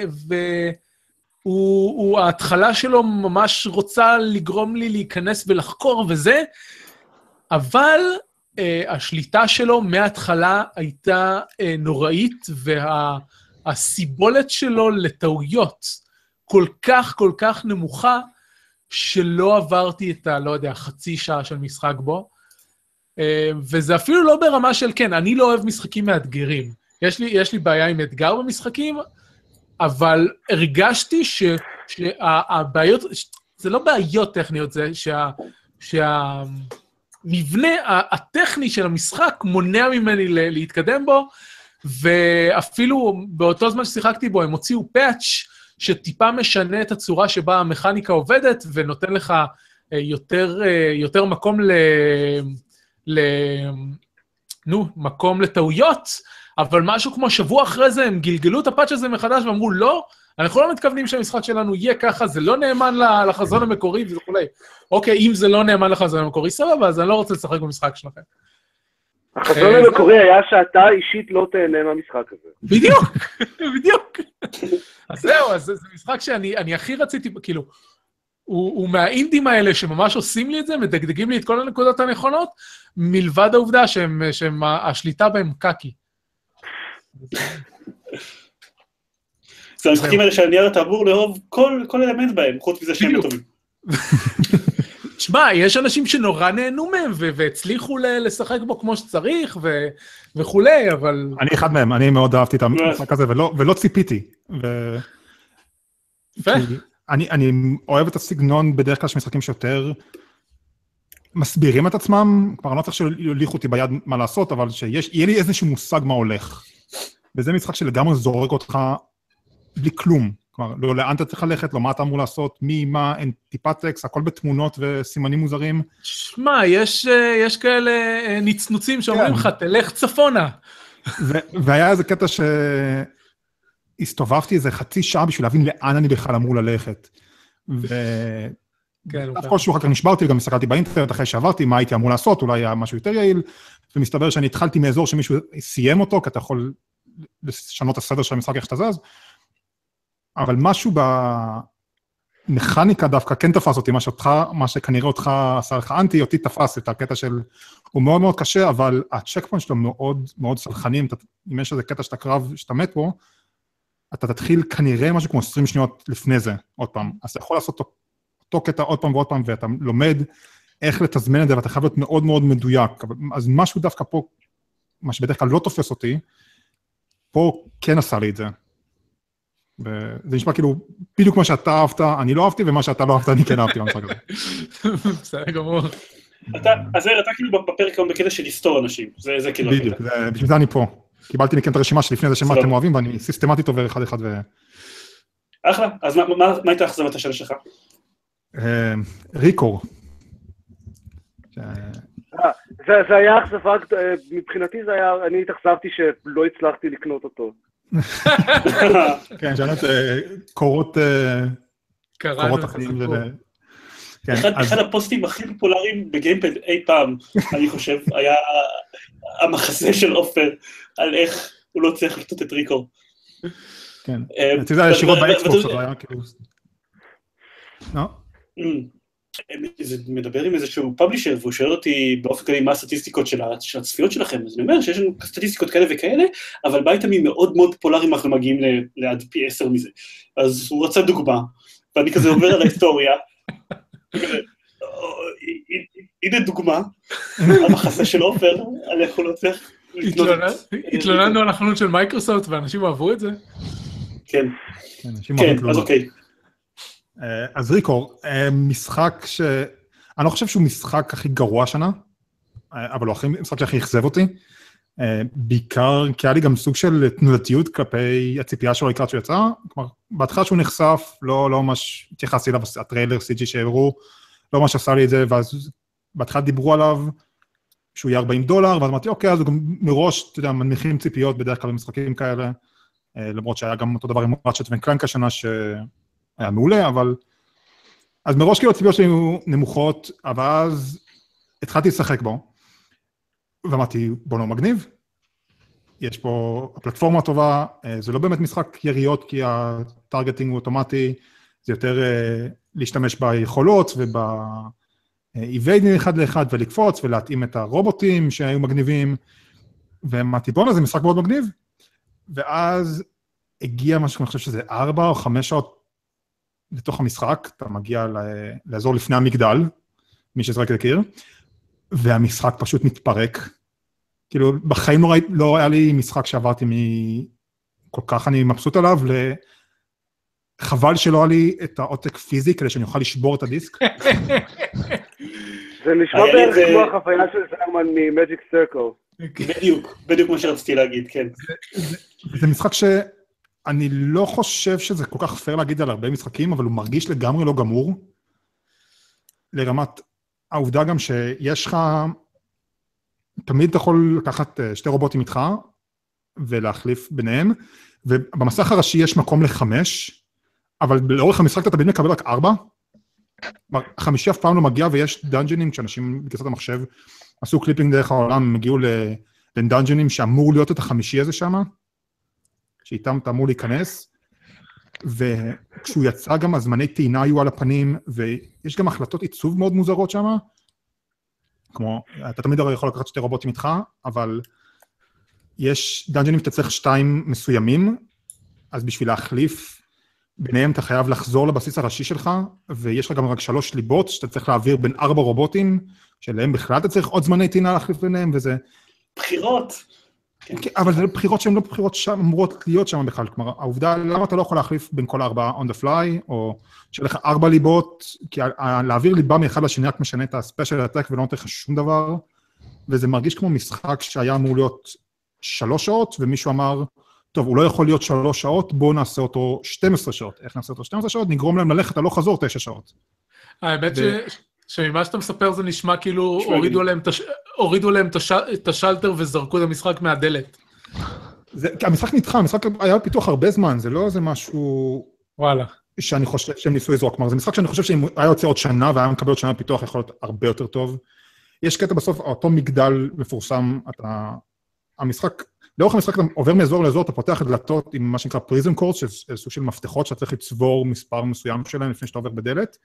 והוא, ההתחלה שלו ממש רוצה לגרום לי להיכנס ולחקור וזה, אבל השליטה שלו מההתחלה הייתה נוראית, והסיבולת שלו לטעויות כל כך כל כך נמוכה, שלא עברתי את ה, לא יודע, חצי שעה של משחק בו, וזה אפילו לא ברמה של, כן, אני לא אוהב משחקים מאתגרים. יש לי, יש לי בעיה עם אתגר במשחקים, אבל הרגשתי ש, שהבעיות, זה לא בעיות טכניות, זה שה, שהמבנה הטכני של המשחק מונע ממני להתקדם בו, ואפילו באותו זמן ששיחקתי בו, הם הוציאו פאץ' שטיפה משנה את הצורה שבה המכניקה עובדת, ונותן לך יותר, יותר מקום ל... ל... נו, מקום לטעויות, אבל משהו כמו שבוע אחרי זה, הם גלגלו את הפאץ' הזה מחדש, ואמרו, לא, אנחנו לא מתכוונים שהמשחק שלנו יהיה ככה, זה לא נאמן לחזון המקורי וכו'. אוקיי, אם זה לא נאמן לחזון המקורי, סבבה, אז אני לא רוצה לשחק במשחק שלכם. החזון המקורי היה שאתה אישית לא תהנה מהמשחק הזה. בדיוק, בדיוק. אז זהו, אז זה משחק שאני הכי רציתי, כאילו, הוא מהאינדים האלה שממש עושים לי את זה, מדגדגים לי את כל הנקודות הנכונות, מלבד העובדה שהשליטה בהם קקי. זה המשחקים האלה שהנייר אתה אמור לאהוב כל אלמנט בהם, חוץ מזה שהם טובים. תשמע, יש אנשים שנורא נהנו מהם, והצליחו לשחק בו כמו שצריך, וכולי, אבל... אני אחד מהם, אני מאוד אהבתי את המשחק הזה, ולא ציפיתי. יפה. אני אוהב את הסגנון בדרך כלל שמשחקים שיותר מסבירים את עצמם, כבר אני לא צריך שיוליכו אותי ביד מה לעשות, אבל שיהיה לי איזשהו מושג מה הולך. וזה משחק שלגמרי זורק אותך בלי כלום. כלומר, לא לאן אתה צריך ללכת, לא מה אתה אמור לעשות, מי, מה, אין טיפת טקסט, הכל בתמונות וסימנים מוזרים. שמע, יש, יש כאלה נצנוצים שאומרים לך, תלך צפונה. והיה איזה קטע שהסתובבתי איזה חצי שעה בשביל להבין לאן אני בכלל אמור ללכת. ואף כל שהוא אחר כך נשברתי, גם הסתכלתי באינטרנט אחרי שעברתי, מה הייתי אמור לעשות, אולי היה משהו יותר יעיל, ומסתבר שאני התחלתי מאזור שמישהו סיים אותו, כי אתה יכול לשנות את הסדר של המשחק איך שאתה זז, אבל משהו במכניקה דווקא כן תפס אותי, מה שאותך, מה שכנראה אותך עשה לך אנטי, אותי תפס את הקטע של, הוא מאוד מאוד קשה, אבל הצ'ק פוינט שלו מאוד מאוד סלחנים, אם יש איזה קטע שאתה קרב, שאתה מת בו, אתה תתחיל כנראה משהו כמו עשרים שניות לפני זה, עוד פעם, אז אתה יכול לעשות אותו, אותו קטע עוד פעם ועוד פעם, ואתה לומד איך לתזמן את זה, ואתה חייב להיות מאוד מאוד מדויק, אז משהו דווקא פה, מה שבדרך כלל לא תופס אותי, פה כן עשה לי את זה. וזה נשמע כאילו, בדיוק מה שאתה אהבת, אני לא אהבתי, ומה שאתה לא אהבת, אני כן אהבתי במשחק הזה. בסדר גמור. אז אתה כאילו בפרק היום בקטע של היסטור אנשים, זה כאילו... בדיוק, בשביל זה אני פה. קיבלתי מכם את הרשימה שלפני זה שמה אתם אוהבים, ואני סיסטמטית עובר אחד אחד ו... אחלה, אז מה הייתה האכזבת השאלה שלך? ריקור. זה היה אכזבה, מבחינתי זה היה, אני התאכזבתי שלא הצלחתי לקנות אותו. כן, שאלות קורות... קורות החיים של... אחד הפוסטים הכי פופולריים בגיימפד אי פעם, אני חושב, היה המחזה של אופר, על איך הוא לא צריך לקנות את ריקור. כן, אתה יודע, ישירות באקסבוקס, זה היה כאילו... לא? זה מדבר עם איזשהו פאבלישר, והוא שואל אותי באופן כללי מה הסטטיסטיקות של הצפיות שלכם, אז אני אומר שיש לנו סטטיסטיקות כאלה וכאלה, אבל באייטמים מאוד מאוד פופולריים אנחנו מגיעים לעד פי עשר מזה. אז הוא רצה דוגמה, ואני כזה עובר על ההיסטוריה, הנה דוגמה, המחסה של אופר, על איך הוא לא צריך לקנות. התלוננו על החנות של מייקרוסופט, ואנשים אהבו את זה? כן, כן, אז אוקיי. אז ריקור, משחק ש... אני לא חושב שהוא משחק הכי גרוע שנה, אבל הוא משחק שהכי אכזב אותי, בעיקר כי היה לי גם סוג של תנודתיות כלפי הציפייה שלו לקראת שהוא יצא, כלומר, בהתחלה שהוא נחשף, לא, לא ממש התייחסתי אליו, הטריילר, סי ג'י שהראו, לא ממש עשה לי את זה, ואז בהתחלה דיברו עליו, שהוא יהיה ארבעים דולר, ואז אמרתי, אוקיי, אז הוא גם מראש, אתה יודע, מנמיכים ציפיות בדרך כלל במשחקים כאלה, למרות שהיה גם אותו דבר עם ראצ'ט וקלנק השנה, שהיה מעולה, אבל... אז מראש כאילו הציפיות שלי היו נמוכות, אבל אז התחלתי לשחק בו, ואמרתי, בוא לא מגניב, יש פה הפלטפורמה טובה, זה לא באמת משחק יריות, כי הטרגטינג הוא אוטומטי, זה יותר להשתמש ביכולות ובאיביידינג אחד לאחד ולקפוץ ולהתאים את הרובוטים שהיו מגניבים, ואמרתי, בוא זה משחק מאוד מגניב, ואז הגיע משהו, אני חושב שזה ארבע או חמש שעות לתוך המשחק, אתה מגיע לאזור לפני המגדל, מי שזרק להכיר, והמשחק פשוט מתפרק. כאילו, בחיים לא, ראי, לא היה לי משחק שעברתי מכל כך אני מבסוט עליו, חבל שלא היה לי את העותק פיזי, כדי שאני אוכל לשבור את הדיסק. זה נשמע בערך כמו החוויה של זרמן ממג'יק סרקל. בדיוק, בדיוק מה שרציתי להגיד, כן. זה משחק שאני לא חושב שזה כל כך פייר להגיד על הרבה משחקים, אבל הוא מרגיש לגמרי לא גמור. לרמת העובדה גם שיש לך, תמיד אתה יכול לקחת שתי רובוטים איתך, ולהחליף ביניהם, ובמסך הראשי יש מקום לחמש, אבל לאורך המשחק אתה תמיד מקבל רק ארבע, חמישי אף פעם לא מגיע, ויש דאנג'נים, כשאנשים בגרסת המחשב עשו קליפינג דרך העולם, הם הגיעו לדאנג'נים שאמור להיות את החמישי הזה שם, שאיתם אתה אמור להיכנס, וכשהוא יצא גם הזמני טעינה היו על הפנים, ויש גם החלטות עיצוב מאוד מוזרות שם, כמו, אתה תמיד הרי יכול לקחת שתי רובוטים איתך, אבל יש דאנג'נים שאתה צריך שתיים מסוימים, אז בשביל להחליף ביניהם אתה חייב לחזור לבסיס הראשי שלך, ויש לך גם רק שלוש ליבות, שאתה צריך להעביר בין ארבע רובוטים, שלהם בכלל אתה צריך עוד זמני טעינה להחליף ביניהם, וזה... בחירות. כן, אבל זה בחירות שהן לא בחירות שאמורות להיות שם בכלל, כלומר, העובדה, למה אתה לא יכול להחליף בין כל ארבע on the fly, או שיהיה לך ארבע ליבות, כי להעביר ליבה מאחד לשני רק משנה את הספיישל הטק ולא נותן לך שום דבר, וזה מרגיש כמו משחק שהיה אמור להיות שלוש שעות, ומישהו אמר, טוב, הוא לא יכול להיות שלוש שעות, בואו נעשה אותו שתים עשרה שעות. איך נעשה אותו שתים עשרה שעות? נגרום להם ללכת, הלוך חזור תשע שעות. האמת שממה שאתה מספר זה נשמע כאילו הורידו להם את השלטר וזרקו את המשחק מהדלת. המשחק נדחה, המשחק היה פיתוח הרבה זמן, זה לא איזה משהו... וואלה. שאני חושב שהם ניסו לזרוק. כלומר, זה משחק שאני חושב שאם היה יוצא עוד שנה, והיה מקבל עוד שנה פיתוח, יכול להיות הרבה יותר טוב. יש קטע בסוף, אותו מגדל מפורסם, אתה... המשחק... לאורך המשחק אתה עובר מאזור לאזור, אתה פותח את דלתות עם מה שנקרא פריזם קורס, שזה סוג של מפתחות שאתה צריך לצבור מספר מסוים שלהם לפני שאתה עובר בדלת,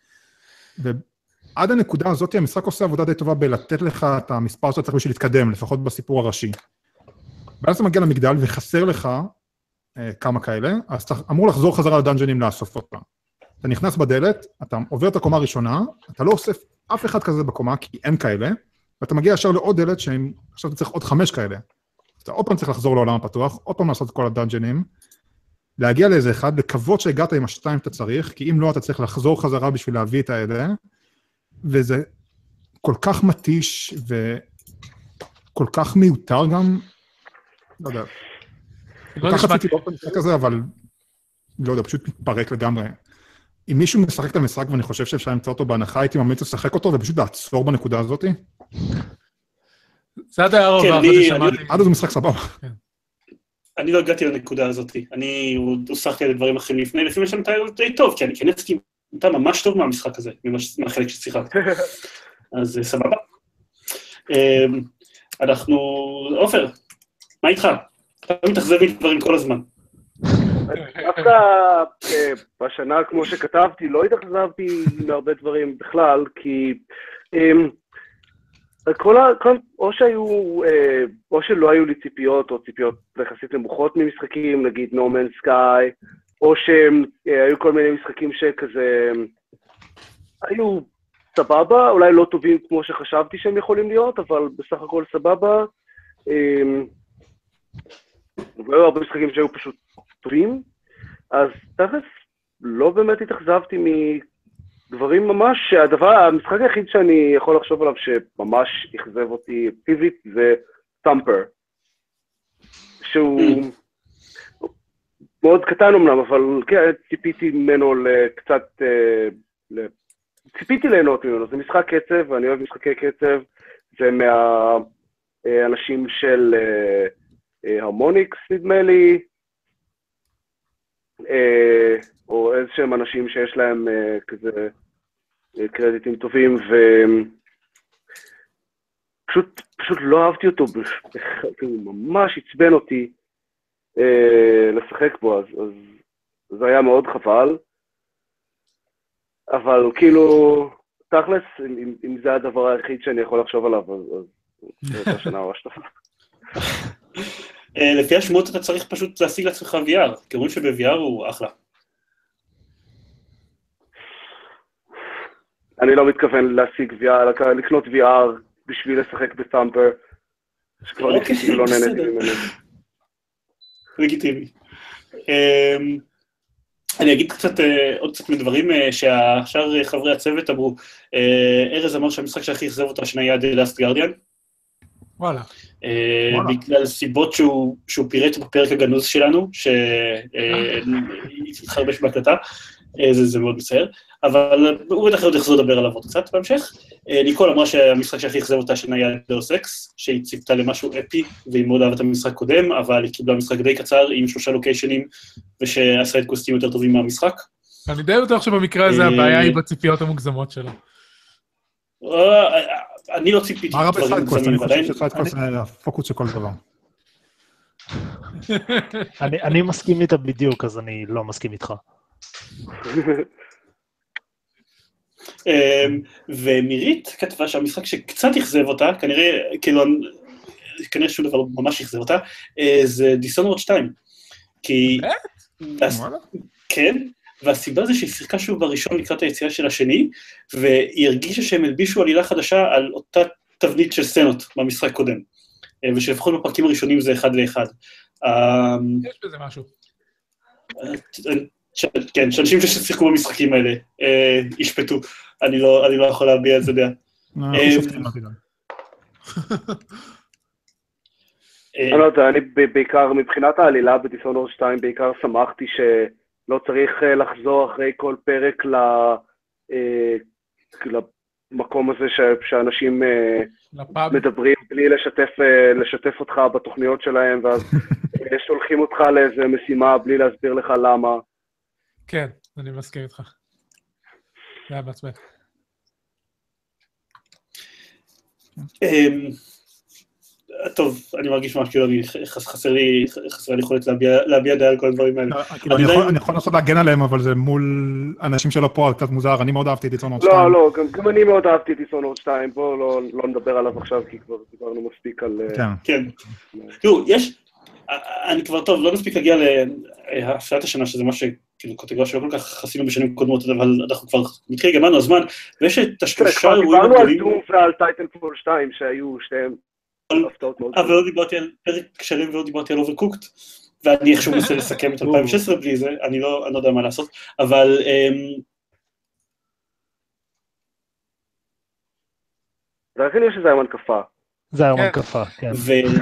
ועד הנקודה הזאת המשחק עושה עבודה די טובה בלתת לך את המספר שאתה צריך בשביל להתקדם, לפחות בסיפור הראשי. ואז אתה מגיע למגדל וחסר לך אה, כמה כאלה, אז אתה אמור לחזור חזרה לדאנג'נים לאסוף אותה. אתה נכנס בדלת, אתה עובר את הקומה הראשונה, אתה לא אוסף אף אחד כזה בקומה, כי אין כאלה, ואתה מגיע ישר לעוד דלת, שעכשיו אתה צריך עוד חמש כאלה. אתה עוד פעם צריך לחזור לעולם הפתוח, עוד פעם לעשות את כל הדאנג'נים, להגיע לאיזה אחד, לקוות שהגעת עם השתיים אתה צריך, כי אם לא, אתה צריך לחזור חזרה בשביל להביא את האלה, וזה כל כך מתיש, וכל כך מיותר גם, לא יודע, כל כך רציתי לראות את המשחק הזה, אבל לא יודע, פשוט מתפרק לגמרי. אם מישהו משחק את המשחק, ואני חושב שאפשר למצוא אותו בהנחה, הייתי ממליץ לשחק אותו, ופשוט לעצור בנקודה הזאת. זה עד הערב, אבל ששמעתי. עד איזה משחק סבבה. אני לא הגעתי לנקודה הזאת. אני הוסחתי על דברים אחרים לפני, לפעמים יש שם די טוב, כי אני כנסתי אותה ממש טוב מהמשחק הזה, מהחלק ששיחקתי. אז סבבה. אנחנו... עופר, מה איתך? אתה מתאכזב מדברים כל הזמן. דווקא בשנה, כמו שכתבתי, לא התאכזבתי מהרבה דברים בכלל, כי... כל ה... או שהיו, או שלא היו לי ציפיות, או ציפיות יחסית נמוכות ממשחקים, נגיד No Man's Sky, או שהיו כל מיני משחקים שכזה, היו סבבה, אולי לא טובים כמו שחשבתי שהם יכולים להיות, אבל בסך הכל סבבה. והיו הרבה משחקים שהיו פשוט טובים, אז תכף לא באמת התאכזבתי מ... דברים ממש, הדבר, המשחק היחיד שאני יכול לחשוב עליו שממש אכזב אותי פיזית זה טאמפר, שהוא מאוד קטן אמנם, אבל כן, ציפיתי ממנו לקצת, ציפיתי ליהנות ממנו, זה משחק קצב, ואני אוהב משחקי קצב, זה מהאנשים של הרמוניקס נדמה לי, או איזשהם אנשים שיש להם כזה קרדיטים טובים, ופשוט פשוט לא אהבתי אותו, הוא ממש עצבן אותי לשחק בו, אז זה היה מאוד חבל, אבל כאילו, תכלס, אם זה הדבר היחיד שאני יכול לחשוב עליו, אז זה אותה שנה או השטפה. לפי השמות אתה צריך פשוט להשיג לעצמך וי אר, כי אומרים שב-וי אר הוא אחלה. אני לא מתכוון להשיג וי אר, לקנות וי אר בשביל לשחק בטאמפר, שכבר ניסיתי ולא נהניתי ממנו. לגיטימי. אני אגיד קצת, עוד קצת מדברים שהשאר חברי הצוות אמרו, ארז אמר שהמשחק שהכי אכזב אותו השנה היה The Last Guardian. וואלה. בגלל סיבות שהוא פירט בפרק הגנוז שלנו, שהתחרבש בהקלטה, זה מאוד מצער, אבל הוא בטח עוד יחזור לדבר עליו עוד קצת בהמשך. ניקול אמרה שהמשחק שהכי אכזב אותה השנה היה Deus Ex, שהיא ציפתה למשהו אפי, והיא מאוד אהבת המשחק קודם, אבל היא קיבלה משחק די קצר עם שלושה לוקיישנים, ושעשה את קוסטים יותר טובים מהמשחק. אני די בטוח שבמקרה הזה הבעיה היא בציפיות המוגזמות שלו. אני לא ציפיתי דברים מוגזמים, אני חושב שסיידקווסט זה הפוקוס של כל דבר. אני מסכים איתה בדיוק, אז אני לא מסכים איתך. ומירית כתבה שהמשחק שקצת אכזב אותה, כנראה, כאילו, כנראה שהוא דבר ממש אכזב אותה, זה דיסונורד שתיים. כי... כן, והסיבה זה שהיא שיחקה שוב בראשון לקראת היציאה של השני, והיא הרגישה שהם הלבישו עלילה חדשה על אותה תבנית של סצנות במשחק קודם, ושלפחות בפרקים הראשונים זה אחד לאחד. יש בזה משהו. כן, שאנשים ששיחקו במשחקים האלה ישפטו, אני לא יכול להביע את זה דעה. אני לא יודע, אני בעיקר, מבחינת העלילה בדיסונורד שתיים, בעיקר שמחתי שלא צריך לחזור אחרי כל פרק למקום הזה שאנשים מדברים בלי לשתף אותך בתוכניות שלהם, ואז שולחים אותך לאיזה משימה בלי להסביר לך למה. כן, אני מסכים איתך. זה היה מעצבן. טוב, אני מרגיש ממש כאילו, חסר לי יכולת להביע דעה על כל הדברים האלה. אני יכול לעשות להגן עליהם, אבל זה מול אנשים שלא פה, קצת מוזר, אני מאוד אהבתי את דיסונורד שתיים. לא, לא, גם אני מאוד אהבתי את דיסונורד שתיים, בואו לא נדבר עליו עכשיו, כי כבר דיברנו מספיק על... כן. תראו, יש... אני כבר טוב, לא נספיק להגיע להפתעת השנה, שזה מה שכאילו קטגוריה שלא כל כך חסינו בשנים קודמות, אבל אנחנו כבר מתחיל גמרנו הזמן, ויש את השלושה אירועים הגדולים... דיברנו על דום ועל טייטנפול שתיים, שהיו שתיהם הפתעות מאוד. אבל לא דיברתי על פרק שלם ולא דיברתי על אוברקוקט, ואני איכשהו מנסה לסכם את אלפיים ושש עשרה בלי זה, אני לא יודע מה לעשות, אבל... זה הכי נראה שזה היה מנקפה. זה היה מנקפה, כן.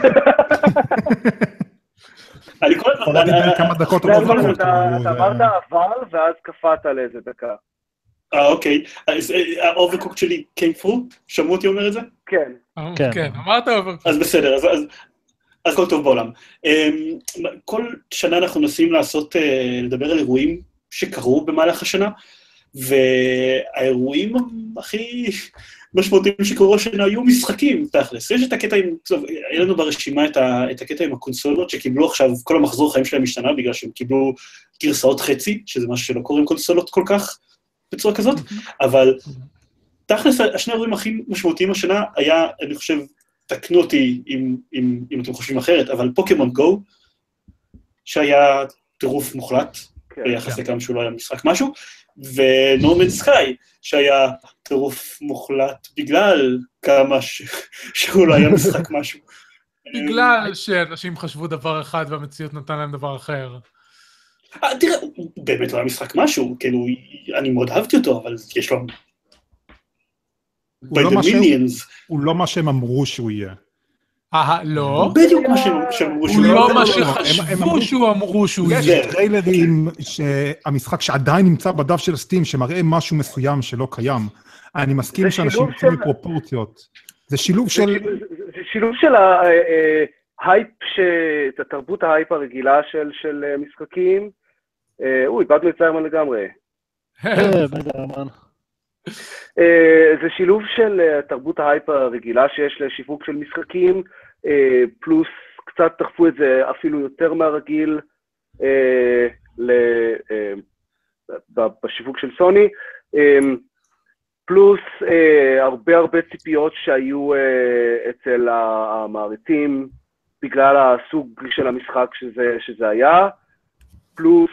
אני כל הזמן... כמה דקות אתה אמרת אבל, ואז קפאת לאיזה דקה. אה, אוקיי. האוברקוקט שלי came through? שמעו אותי אומר את זה? כן. כן, אמרת אוברקוקט. אז בסדר, אז כל טוב בעולם. כל שנה אנחנו מנסים לעשות, לדבר על אירועים שקרו במהלך השנה, והאירועים הכי משמעותיים שקרו השנה היו משחקים, תכלס. יש את הקטע עם, טוב, היה לנו ברשימה את הקטע עם הקונסולות שקיבלו עכשיו, כל המחזור חיים שלהם משתנה, בגלל שהם קיבלו גרסאות חצי, שזה משהו שלא קורה עם קונסולות כל כך בצורה כזאת, אבל תכלס, השני האירועים הכי משמעותיים השנה היה, אני חושב, תקנו אותי אם, אם, אם אתם חושבים אחרת, אבל פוקימון גו, שהיה טירוף מוחלט, ביחס לכמה שהוא לא היה משחק משהו, ונורמן סקאי, שהיה טירוף מוחלט בגלל כמה שהוא לא היה משחק משהו. בגלל שאנשים חשבו דבר אחד והמציאות נתן להם דבר אחר. תראה, באמת לא היה משחק משהו, כאילו, אני מאוד אהבתי אותו, אבל יש לו... הוא לא מה שהם אמרו שהוא יהיה. אה, לא. בדיוק מה שהם אמרו שהוא יהיה. הוא לא מה שחשבו שהוא אמרו שהוא יהיה. יש טריילרים שהמשחק שעדיין נמצא בדף של סטים, שמראה משהו מסוים שלא קיים. אני מסכים שאנשים יוצאים מפרופורציות. זה שילוב של... זה שילוב של ההייפ, את התרבות ההייפ הרגילה של משחקים. אוי, איבדנו את סיירמן לגמרי. בגרמן. זה שילוב של תרבות ההייפ הרגילה שיש לשיווק של משחקים, פלוס קצת תחפו את זה אפילו יותר מהרגיל בשיווק של סוני, פלוס הרבה הרבה ציפיות שהיו אצל המעריצים בגלל הסוג של המשחק שזה, שזה היה, פלוס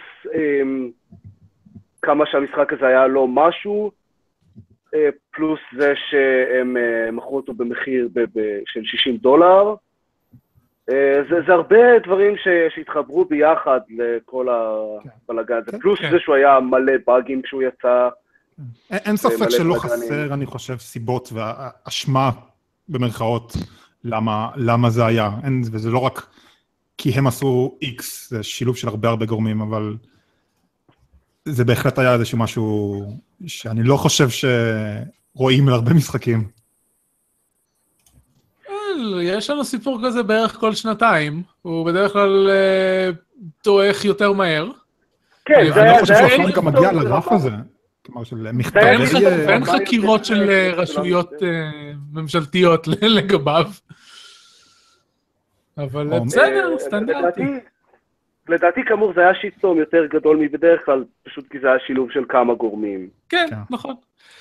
כמה שהמשחק הזה היה לא משהו, פלוס זה שהם מכרו אותו במחיר של שישים דולר, זה, זה הרבה דברים ש, שהתחברו ביחד לכל הבלגן הזה, פלוס זה שהוא היה מלא באגים כשהוא יצא. אין, אין ספק שלא חסר, אני חושב, סיבות והאשמה במרכאות למה, למה זה היה. אין, וזה לא רק כי הם עשו X, זה שילוב של הרבה הרבה גורמים, אבל זה בהחלט היה איזשהו משהו שאני לא חושב שרואים על הרבה משחקים. יש לנו סיפור כזה בערך כל שנתיים, הוא בדרך כלל דועך יותר מהר. כן, זה היה... אני לא חושב שאפשר גם מגיע לרף הזה, כלומר של מכתב. ואין חקירות של רשויות ממשלתיות לגביו, אבל בסדר, סטנדרטי. לדעתי כאמור זה היה שיטסטורם יותר גדול מבדרך כלל, פשוט כי זה היה שילוב של כמה גורמים. כן, נכון.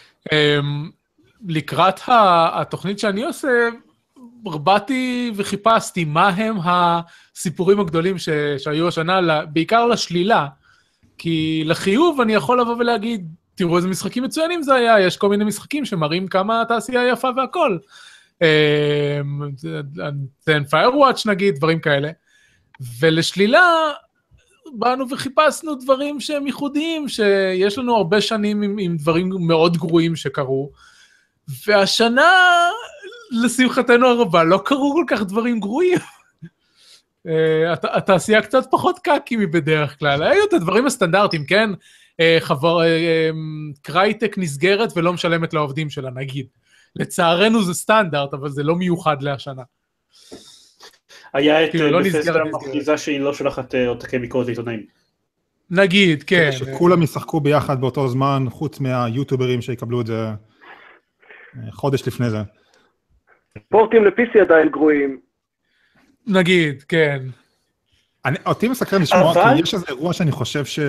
לקראת התוכנית שאני עושה, באתי וחיפשתי מה הם הסיפורים הגדולים ש... שהיו השנה, בעיקר לשלילה, כי לחיוב אני יכול לבוא ולהגיד, תראו איזה משחקים מצוינים זה היה, יש כל מיני משחקים שמראים כמה התעשייה יפה והכל. תן Firewatch נגיד, דברים כאלה. ולשלילה, באנו וחיפשנו דברים שהם ייחודיים, שיש לנו הרבה שנים עם, עם דברים מאוד גרועים שקרו, והשנה, לשמחתנו הרבה, לא קרו כל כך דברים גרועים. התעשייה קצת פחות קקי מבדרך כלל. היו את הדברים הסטנדרטיים, כן? חבר, קרייטק נסגרת ולא משלמת לעובדים שלה, נגיד. לצערנו זה סטנדרט, אבל זה לא מיוחד להשנה. היה את בפסטה מכריזה שהיא לא שולחת עותקי ביקורת לעיתונאים. נגיד, כן. שכולם ישחקו ביחד באותו זמן, חוץ מהיוטוברים שיקבלו את זה חודש לפני זה. פורטים ל-פי סי עדיין גרועים. נגיד, כן. אני, אותי מסקרן לשמוע, אבל... כי יש איזה אירוע שאני חושב ש...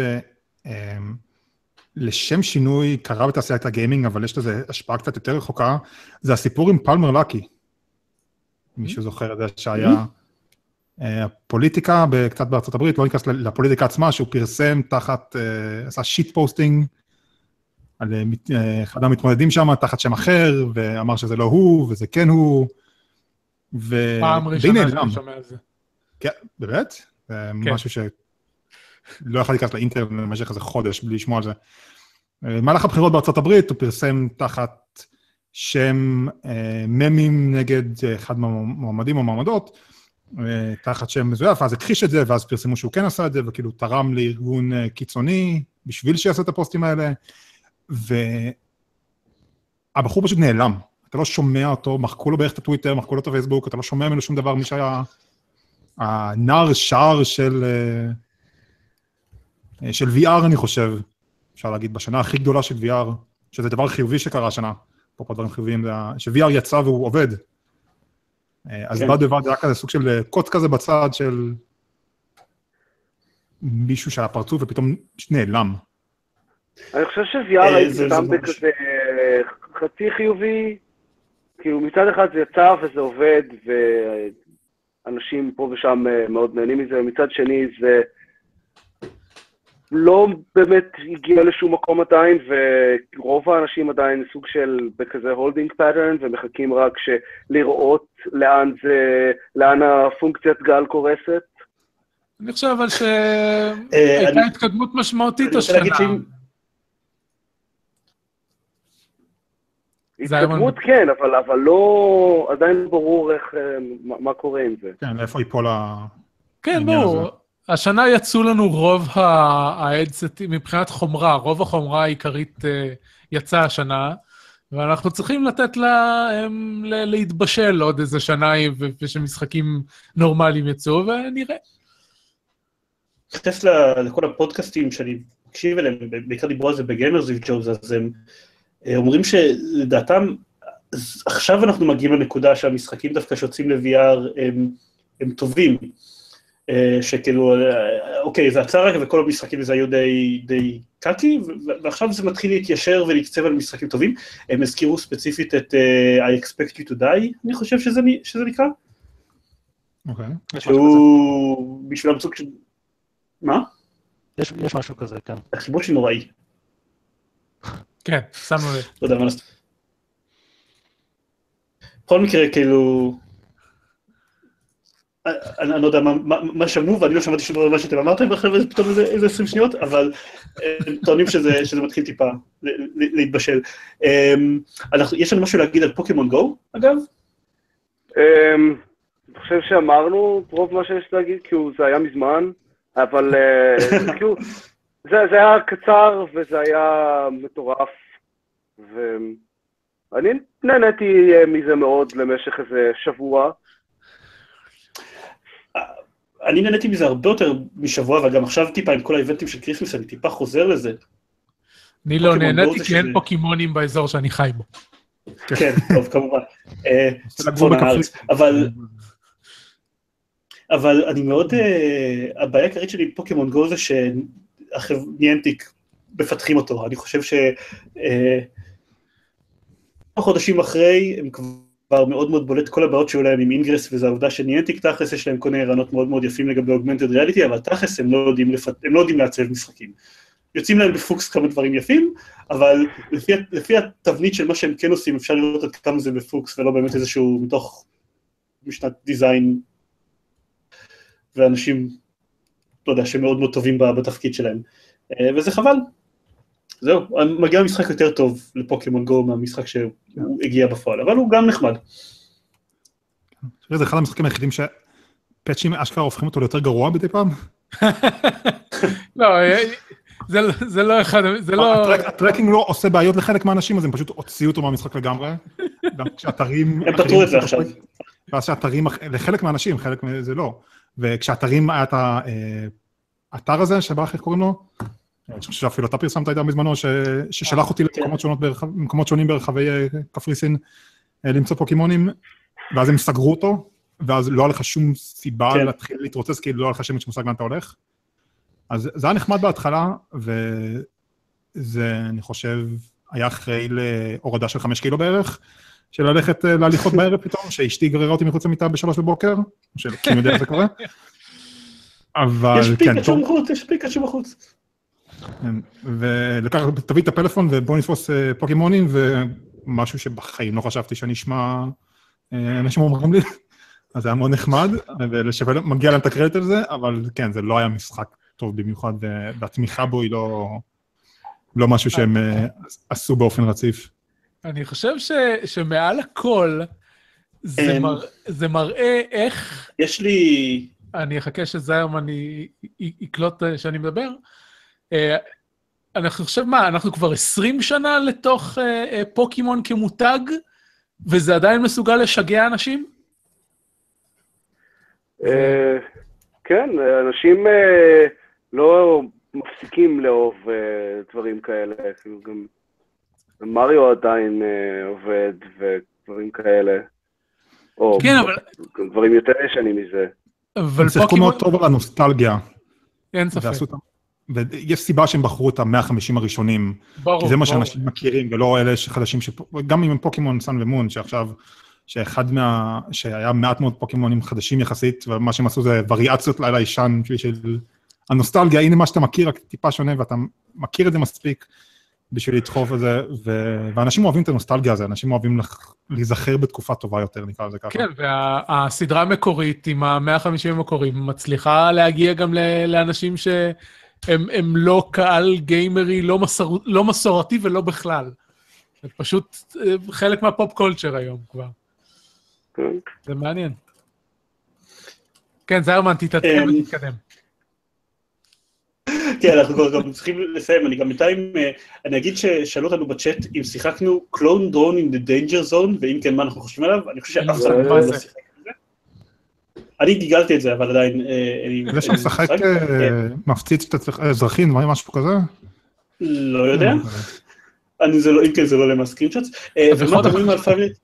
לשם שינוי קרה בתעשיית הגיימינג, אבל יש לזה השפעה קצת יותר רחוקה, זה הסיפור עם פלמר לקי. מישהו זוכר את זה שהיה הפוליטיקה, קצת בארצות הברית, לא ניכנס לפוליטיקה עצמה, שהוא פרסם תחת, עשה שיט פוסטינג, על אחד המתמודדים שם, תחת שם אחר, ואמר שזה לא הוא, וזה כן הוא, ו... פעם ראשונה שאני שומע על זה. כן, באמת? זה משהו שלא יכול להיכנס לאינטרנט במשך איזה חודש, בלי לשמוע על זה. במהלך הבחירות בארצות הברית, הוא פרסם תחת שם ממים נגד אחד מהמועמדים או מעמדות, תחת שם מזויף, אז הכחיש את זה, ואז פרסמו שהוא כן עשה את זה, וכאילו תרם לארגון קיצוני, בשביל שיעשה את הפוסטים האלה, והבחור פשוט נעלם. אתה לא שומע אותו, מחקו לו בערך את הטוויטר, מחקו לו את הפייסבוק, אתה לא שומע ממנו שום דבר, מי שהיה הנער שער של, של וי אר, אני חושב, אפשר להגיד, בשנה הכי גדולה של וי אר, שזה דבר חיובי שקרה השנה, פה פה דברים חיוביים, ש-וי אר יצא והוא עובד. אז בד בבד זה היה כזה סוג של קוץ כזה בצד של מישהו שהיה פרצוף ופתאום נעלם. אני חושב ש-וי אר הייתי סתם בכזה חצי חיובי, כאילו מצד אחד זה יצא וזה עובד, ואנשים פה ושם מאוד נהנים מזה, ומצד שני זה לא באמת הגיע לשום מקום עדיין, ורוב האנשים עדיין סוג של בכזה הולדינג פאטרן, ומחכים רק לראות לאן זה, לאן הפונקציית גל קורסת. אני חושב אבל שהייתה התקדמות משמעותית השנה. התקדמות כן, אבל, אבל לא, עדיין ברור איך, מה, מה קורה עם זה. כן, איפה ייפול העניין כן, ברור. השנה יצאו לנו רוב ההדסטים, מבחינת חומרה, רוב החומרה העיקרית יצאה השנה, ואנחנו צריכים לתת לה להתבשל עוד איזה שנה, ושמשחקים נורמליים יצאו, ונראה. חטף לכל הפודקאסטים שאני מקשיב אליהם, בעיקר דיברו על זה בגיימרס with Jobs, אז הם אומרים שלדעתם, עכשיו אנחנו מגיעים לנקודה שהמשחקים דווקא שיוצאים ל-וי אר הם, הם טובים, שכאילו, אוקיי, זה עצר רגע וכל המשחקים הזה היו די, די קאקי, ועכשיו זה מתחיל להתיישר ולהתקצב על משחקים טובים. הם הזכירו ספציפית את uh, I expect you to die, אני חושב שזה, שזה נקרא. אוקיי. שהוא בשביל המצוק של... מה? יש, יש משהו כזה, כן. החיבור שלי נוראי. כן, שמנו לב. לא יודע מה לעשות. בכל מקרה, כאילו... אני לא יודע מה שמעו, ואני לא שמעתי שום מה שאתם אמרתם, ואחרי פתאום איזה עשרים שניות, אבל טוענים שזה מתחיל טיפה להתבשל. יש לנו משהו להגיד על פוקימון גו, אגב? אני חושב שאמרנו רוב מה שיש להגיד, כי זה היה מזמן, אבל זה היה קצר וזה היה מטורף, ואני נהניתי מזה מאוד למשך איזה שבוע. אני נהניתי מזה הרבה יותר משבוע, וגם עכשיו טיפה עם כל האיבנטים של קריסמס, אני טיפה חוזר לזה. אני לא נהניתי כי אין פוקימונים באזור שאני חי בו. כן, טוב, כמובן. צפון הארץ. אבל... אבל אני מאוד... הבעיה העיקרית שלי עם פוקימון גו זה שניאנטיק מפתחים אותו. אני חושב ש... חודשים אחרי, הם כבר מאוד מאוד בולט כל הבעיות שהיו להם עם אינגרס, וזו העובדה שניאנטיק תכלס יש להם כל מיני רעיונות מאוד מאוד יפים לגבי אוגמנטד ריאליטי, אבל תכלס הם לא יודעים, לפת... הם לא יודעים לעצב משחקים. יוצאים להם בפוקס כמה דברים יפים, אבל לפי, לפי התבנית של מה שהם כן עושים, אפשר לראות עד כמה זה בפוקס, ולא באמת איזשהו מתוך משנת דיזיין, ואנשים, לא יודע, שמאוד מאוד טובים בתפקיד שלהם. וזה חבל. זהו, מגיע משחק יותר טוב לפוקימון גו מהמשחק שהוא הגיע בפועל, אבל הוא גם נחמד. זה אחד המשחקים היחידים שפאצ'ים אשכרה הופכים אותו ליותר גרוע בדי פעם? לא, זה לא אחד, זה לא... הטרקינג לא עושה בעיות לחלק מהאנשים, אז הם פשוט הוציאו אותו מהמשחק לגמרי. גם כשאתרים... הם פתרו את זה עכשיו. ואז שאתרים, לחלק מהאנשים, חלק מזה לא. וכשאתרים היה את האתר הזה, שבא איך קוראים לו? אני חושב שאפילו אתה פרסמת איתה בזמנו, ששלח אותי למקומות שונים ברחבי קפריסין למצוא פוקימונים, ואז הם סגרו אותו, ואז לא היה לך שום סיבה להתחיל להתרוצץ, כי לא היה לך שמץ מושג לאן אתה הולך. אז זה היה נחמד בהתחלה, וזה, אני חושב, היה אחרי להורדה של חמש קילו בערך, של ללכת להליכות בערב פתאום, שאשתי גררה אותי מחוץ למיטה בשלוש בבוקר, כי אני יודע איך זה קורה. אבל כן, יש פיקאצ'ו בחוץ, יש פיקאצ'ו בחוץ. ולקח, תביא את הפלאפון ובוא נתפוס פוקימונים, ומשהו שבחיים לא חשבתי שאני אשמע אנשים אומרים לי, אז זה היה מאוד נחמד, ומגיע להם את הקרדיט על זה, אבל כן, זה לא היה משחק טוב במיוחד, והתמיכה בו היא לא, לא משהו שהם עשו באופן רציף. אני חושב ש, שמעל הכל, זה, מר, זה מראה איך... יש לי... אני אחכה שזה היום אני אקלוט שאני מדבר. אני חושב מה, אנחנו כבר עשרים שנה לתוך פוקימון כמותג, וזה עדיין מסוגל לשגע אנשים? כן, אנשים לא מפסיקים לאהוב דברים כאלה, כאילו גם מריו עדיין עובד ודברים כאלה, או דברים יותר ישנים מזה. הם שיחקו מאוד טוב על הנוסטלגיה. אין ספק. ויש סיבה שהם בחרו את ה-מאה וחמישים הראשונים, כי זה מה שאנשים מכירים, ולא אלה חדשים, גם אם הם פוקימון סן ומון, שעכשיו, שאחד מה... שהיה מעט מאוד פוקימונים חדשים יחסית, ומה שהם עשו זה וריאציות לילה ישן, של הנוסטלגיה, הנה מה שאתה מכיר, רק טיפה שונה, ואתה מכיר את זה מספיק בשביל לדחוף את זה, ואנשים אוהבים את הנוסטלגיה הזה, אנשים אוהבים להיזכר בתקופה טובה יותר, נקרא לזה ככה. כן, והסדרה המקורית עם ה-מאה וחמישים המקורים, מצליחה להגיע גם לאנשים ש... הם, הם לא קהל גיימרי, לא, מסור, לא מסורתי ולא בכלל. זה פשוט חלק מהפופ קולצ'ר היום כבר. זה מעניין. כן, זה הרמן, תתעדכן ותתקדם. כן, אנחנו גם צריכים לסיים, אני גם בינתיים, אני אגיד ששאלו אותנו בצ'אט אם שיחקנו קלון דרון in the danger zone, ואם כן, מה אנחנו חושבים עליו, אני חושב שאף אחד לא שיחק. אני גיגלתי את זה, אבל עדיין... זה שמשחק מפציץ את האזרחים, משהו כזה? לא יודע. אם כן, זה לא למה סקרינשוטס. ומה אתם אומרים על Five Nights?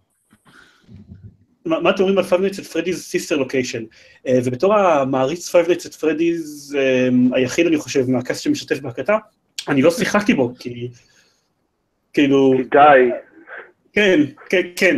מה אתם אומרים על Five Nights at Freddy's Sister Location? ובתור המעריץ Five Nights at Freddy's, היחיד, אני חושב, מהקאסט שמשתף בהקלטה, אני לא שיחקתי בו, כי... כאילו... די. כן, כן, כן.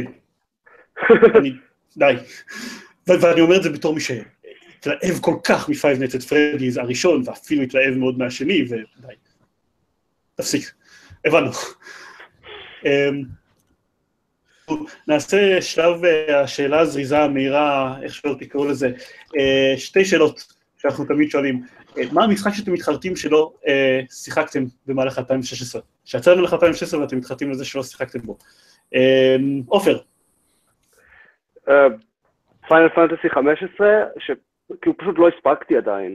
די. ואני אומר את זה בתור מי שהתלהב כל כך מ-Five Nights at Freddy's הראשון, ואפילו התלהב מאוד מהשני, ודי. תפסיק. הבנו. נעשה שלב השאלה הזריזה, המהירה, איך שלא תקראו לזה. שתי שאלות שאנחנו תמיד שואלים. מה המשחק שאתם מתחרטים שלא שיחקתם במהלך אלפיים ושש עשרה? שיצא במהלך אלפיים ושש עשרה ואתם מתחרטים לזה שלא שיחקתם בו. עופר. פיינל פנטסי חמש עשרה, שכאילו פשוט לא הספקתי עדיין.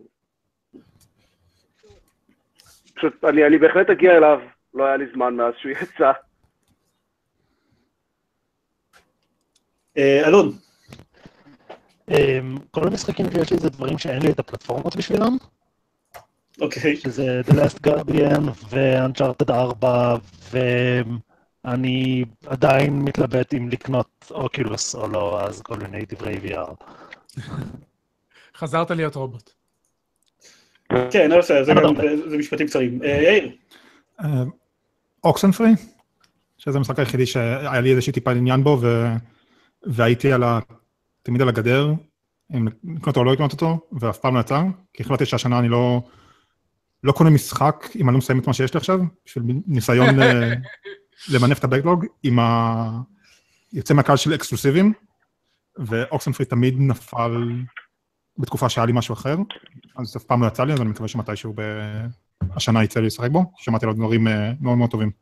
פשוט, אני, אני בהחלט אגיע אליו, לא היה לי זמן מאז שהוא יצא. אלון. כל המשחקים שיש לי זה דברים שאין לי את הפלטפורמות בשבילם. אוקיי. שזה The Last Guardian ו-Uncharted ארבע, ואני עדיין מתלבט אם לקנות אוקולוס או לא, אז כל מיני דברי וי אר. חזרת להיות רובוט. כן, זה משפטים קצרים. יאיר. אוקסנפרי, שזה המשחק היחידי שהיה לי איזושהי טיפה עניין בו, והייתי תמיד על הגדר, אם לקנות אותו או לא לקנות אותו, ואף פעם לא יצא, כי החלטתי שהשנה אני לא לא קונה משחק, אם אני לא מסיים את מה שיש לי עכשיו, בשביל ניסיון למנף את הבקלוג, עם ה... יוצא מהקהל של אקסקלוסיבים, ואוקסנפרי תמיד נפל בתקופה שהיה לי משהו אחר, אז אף פעם לא יצא לי, אז אני מקווה שמתישהו השנה יצא לי לשחק בו, שמעתי לו דברים מאוד מאוד טובים.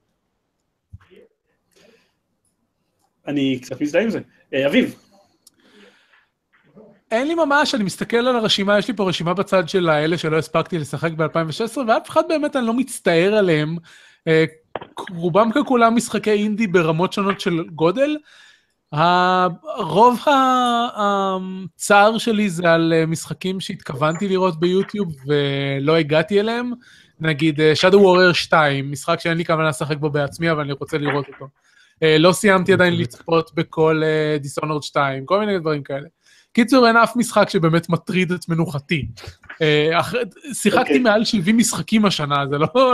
אני קצת מזדהה עם זה. אביב. אין לי ממש, אני מסתכל על הרשימה, יש לי פה רשימה בצד של האלה שלא הספקתי לשחק ב-אלפיים ושש עשרה, ואף אחד באמת אני לא מצטער עליהם. רובם ככולם משחקי אינדי ברמות שונות של גודל. רוב הצער שלי זה על משחקים שהתכוונתי לראות ביוטיוב ולא הגעתי אליהם. נגיד Shadow Warrior שתיים, משחק שאין לי כוונה לשחק בו בעצמי, אבל אני רוצה לראות אותו. לא סיימתי עדיין לצפות בכל Dishonored שתיים, כל מיני דברים כאלה. קיצור, אין אף משחק שבאמת מטריד את מנוחתי. שיחקתי מעל שבעים משחקים השנה, זה לא...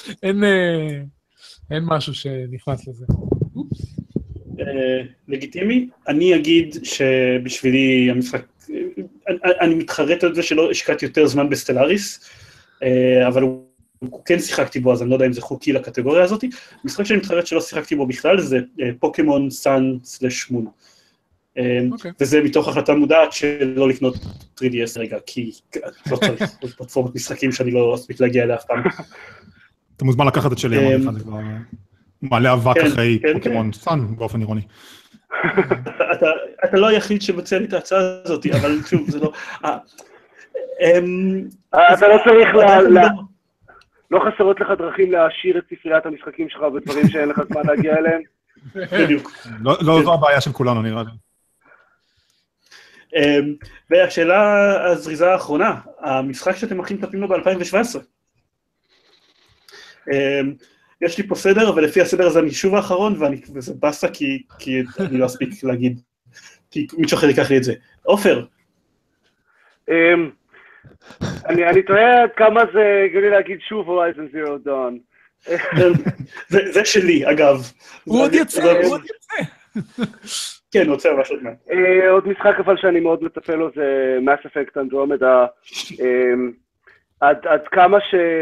אין משהו שנכנס לזה. לגיטימי. אני אגיד שבשבילי המשחק... אני מתחרט על זה שלא השקעתי יותר זמן בסטלאריס, אבל הוא כן שיחקתי בו, אז אני לא יודע אם זה חוקי לקטגוריה הזאת. המשחק שאני מתחרט שלא שיחקתי בו בכלל זה פוקימון סאן סלש מון. וזה מתוך החלטה מודעת שלא לקנות תרי די אס רגע, כי לא צריך פלטפורמת משחקים שאני לא אספיק להגיע אליה אף פעם. אתה מוזמן לקחת את שלי, זה כבר מעלה אבק אחרי פוקימון סאן באופן אירוני. אתה לא היחיד שמציע לי את ההצעה הזאת, אבל שוב, זה לא... אתה לא צריך ל... לא חסרות לך דרכים להעשיר את ספריית המשחקים שלך בדברים שאין לך זמן להגיע אליהם? בדיוק. לא זו הבעיה של כולנו, נראה לי. והשאלה הזריזה האחרונה, המשחק שאתם הכי מטפלים לו ב-אלפיים שבע עשרה. יש לי פה סדר, אבל לפי הסדר הזה אני שוב האחרון, וזה בסה כי אני לא אספיק להגיד, כי מישהו אחר ייקח לי את זה. עופר. אני תוהה כמה זה הגיוני להגיד שוב הורייזן זירו דון. זה שלי, אגב. הוא עוד יצא, הוא עוד יצא. כן, הוא יוצא ממש עוד מעט. עוד משחק אבל שאני מאוד מצפה לו זה Mass Effect Andromeda. עד כמה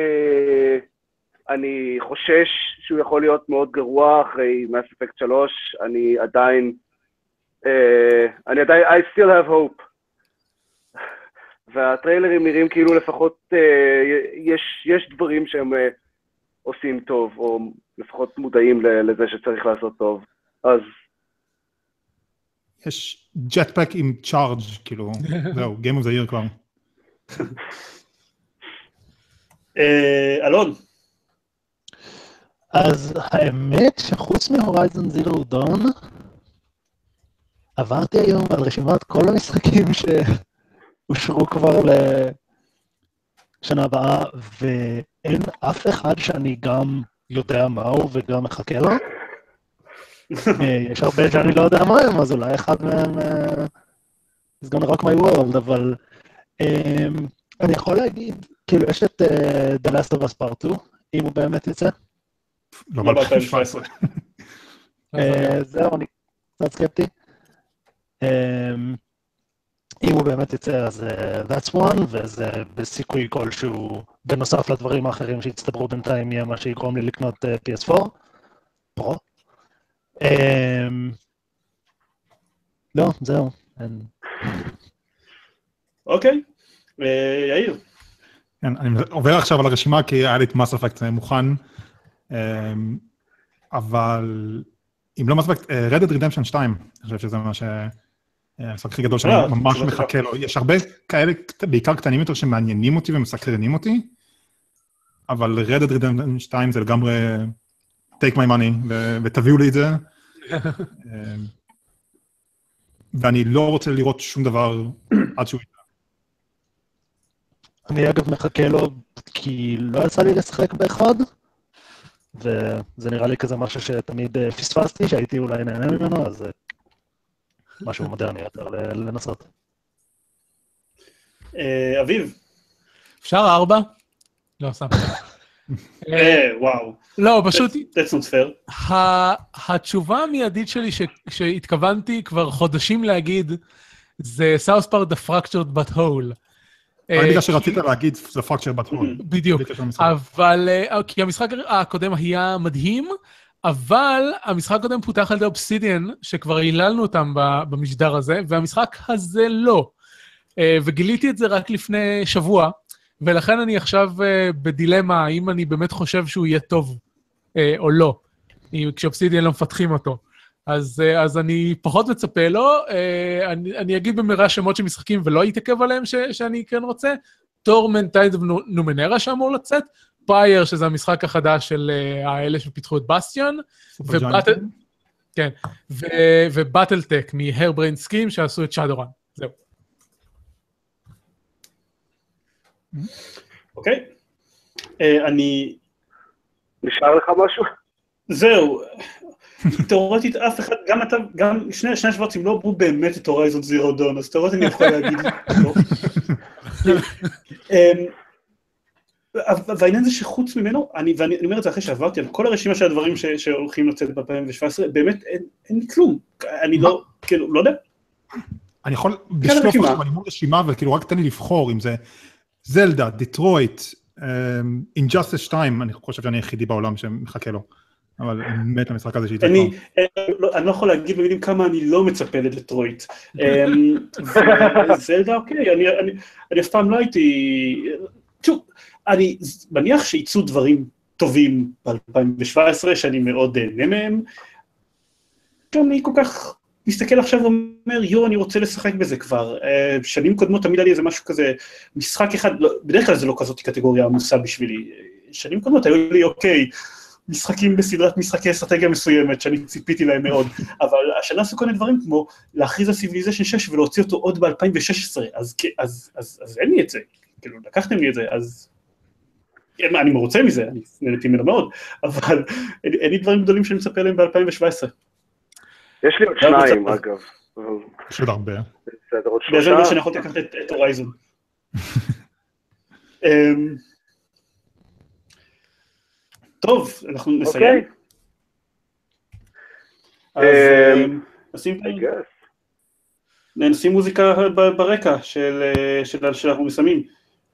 שאני חושש שהוא יכול להיות מאוד גרוע אחרי Mass Effect שלוש, אני עדיין, אני עדיין, I still have hope. והטריילרים נראים כאילו לפחות יש, יש דברים שהם עושים טוב, או לפחות מודעים לזה שצריך לעשות טוב. אז... יש ג'טפק עם צ'ארג', כאילו, זהו, Game of the Year כבר. אלון. אז האמת שחוץ מהורייזן זירו דון, עברתי היום על רשימת כל המשחקים שאושרו כבר לשנה הבאה, ואין אף אחד שאני גם יודע מהו וגם מחכה לו. יש הרבה שאני לא יודע מה הם, אז אולי אחד מהם is gonna rock my world, אבל אני יכול להגיד, כאילו יש את The Last of Us Part שתיים, אם הוא באמת יצא. לא ב-אלפיים שבע עשרה. זהו, אני קצת סקפטי. אם הוא באמת יצא, אז that's one, וזה בסיכוי כלשהו, בנוסף לדברים האחרים שהצטברו בינתיים, יהיה מה שיגרום לי לקנות פי אס פור, פרו. לא, זהו. אוקיי, יאיר. אני עובר עכשיו על הרשימה, כי היה לי את Mass Effect מוכן, אבל אם לא Mass Effect, Red Dead Redemption שתיים, אני חושב שזה מה שהמשחק הכי גדול שאני ממש מחכה לו. יש הרבה כאלה, בעיקר קטנים יותר, שמעניינים אותי ומסקרנים אותי, אבל Red Dead Redemption שתיים זה לגמרי take my money, ותביאו לי את זה. ואני לא רוצה לראות שום דבר עד שהוא יתנה. אני אגב מחכה לו, כי לא יצא לי לשחק באחד, וזה נראה לי כזה משהו שתמיד פספסתי, שהייתי אולי נהנה ממנו, אז משהו מודרני יותר לנסות. אביב. אפשר ארבע? לא, סתם. וואו. לא, פשוט... That's not fair. התשובה המיידית שלי שהתכוונתי כבר חודשים להגיד, זה South Park The Fractured But Whole. אני בגלל שרצית להגיד The Fractured But Whole. בדיוק. אבל, כי המשחק הקודם היה מדהים, אבל המשחק הקודם פותח על ידי אובסידיאן, שכבר היללנו אותם במשדר הזה, והמשחק הזה לא. וגיליתי את זה רק לפני שבוע, ולכן אני עכשיו בדילמה, האם אני באמת חושב שהוא יהיה טוב או לא, כשאובסידיאן לא מפתחים אותו. אז, אז אני פחות מצפה לו, אני, אני אגיד במהרה שמות של משחקים ולא יתעכב עליהם ש, שאני כן רוצה, טורמנט טייד אוף נומנרה שאמור לצאת, פייר, שזה המשחק החדש של האלה שפיתחו את בסטיון, ובטל, כן, ובטלטק מהרבריין סקים שעשו את שדורן. זהו. אוקיי. אני... נשאר לך משהו? זהו. תיאורטית אף אחד, גם אתה, גם שני השבוצים לא עברו באמת את הורייזון זירו דון, אז תיאורטית אני יכול להגיד לא. והעניין זה שחוץ ממנו, ואני אומר את זה אחרי שעברתי על כל הרשימה של הדברים שהולכים לצאת ב-אלפיים שבע עשרה, באמת אין לי כלום. אני לא, כאילו, לא יודע. אני יכול לשלוף עכשיו, אני מול רשימה, וכאילו רק תן לי לבחור אם זה זלדה, דיטרויט, אינג'סטיס שתיים, אני חושב שאני היחידי בעולם שמחכה לו. אבל באמת המשחק הזה שהייתה אני, אני לא יכול להגיד במילים כמה אני לא מצפה לדטרויט. זלדה, אוקיי, אני, אני, אני אף פעם לא הייתי... תשוב, אני מניח שיצאו דברים טובים ב-אלפיים שבע עשרה, שאני מאוד נהנה מהם. אני כל כך מסתכל עכשיו ואומר, יו, אני רוצה לשחק בזה כבר. שנים קודמות תמיד היה לי איזה משהו כזה, משחק אחד, בדרך כלל זה לא כזאת קטגוריה עמוסה בשבילי. שנים קודמות היו לי, אוקיי, משחקים בסדרת משחקי אסטרטגיה מסוימת, שאני ציפיתי להם מאוד, אבל השנה עשו כל מיני דברים כמו להכריז על סיביליזיישן שש ולהוציא אותו עוד ב-אלפיים ושש עשרה, אז, אז, אז, אז אין לי את זה, כאילו, לקחתם לי את זה, אז אני מרוצה מזה, אני נהניתי ממנו מאוד, אבל אין, אין לי דברים גדולים שאני מצפה להם ב-אלפיים שבע עשרה. יש לי עוד שניים, אגב. יש עוד הרבה. בסדר, עוד שלושה. באיזה אומר שאני יכול לקחת את הורייזון. טוב, אנחנו נסיים. אז נשים מוזיקה ברקע שאנחנו מסיימים.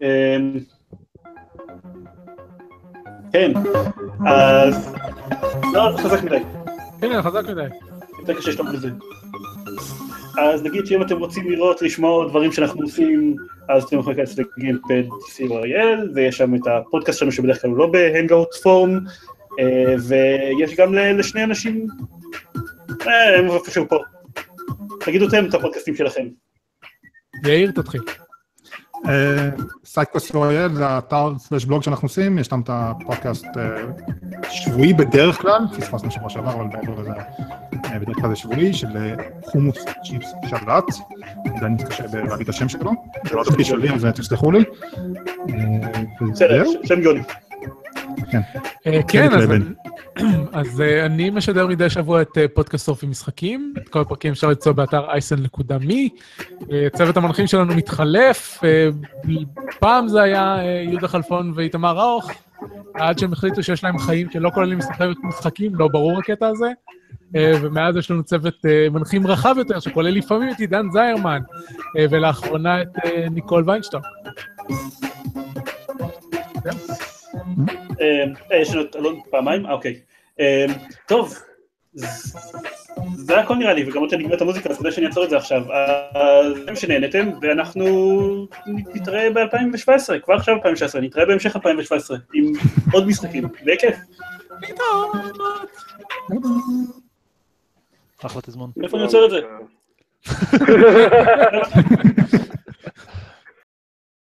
כן, אז... לא, חזק מדי. כן, חזק מדי. יותר קשה שתום לזה. אז נגיד שאם אתם רוצים לראות, לשמוע דברים שאנחנו עושים, אז אתם יכולים להיכנס לגיימפד סי או איי אל, ויש שם את הפודקאסט שלנו שבדרך כלל הוא לא בהנגאוט פורם, ויש גם לשני אנשים, הם איפשהו פה. תגידו אתם את הפודקאסטים שלכם. יאיר, תתחיל. סייקו סי או איי אל זה האתר סלש בלוג שאנחנו עושים, יש שם את הפודקאסט שבועי בדרך כלל, פספסנו שבוע שעבר, אבל בעבר זה בדרך כלל זה שבועי, של חומוס צ'יפס שלט, ואני מתקשה להגיד את השם שלו, זה לא תפקיד שלי, אז תסלחו לי. בסדר, שם גאוני. כן, אז אני משדר מדי שבוע את פודקאסט שורפים משחקים, את כל הפרקים אפשר למצוא באתר אייסן נקודה מי, צוות המנחים שלנו מתחלף, פעם זה היה יהודה חלפון ואיתמר ראוך, עד שהם החליטו שיש להם חיים שלא כוללים משחקים, לא ברור הקטע הזה, ומאז יש לנו צוות מנחים רחב יותר, שכולל לפעמים את עידן זיירמן, ולאחרונה את ניקול ויינשטון. יש לנו את אלון פעמיים? אוקיי. טוב, זה הכל נראה לי, וגם עוד שאני אגמר את המוזיקה, אז כדאי שאני אעצור את זה עכשיו. זה שנהנתם, ואנחנו נתראה ב-אלפיים שבע עשרה, כבר עכשיו אלפיים שבע עשרה, נתראה בהמשך אלפיים שבע עשרה, עם עוד משחקים, וכיף. אחלה תזמון. איפה אני עוצר את זה?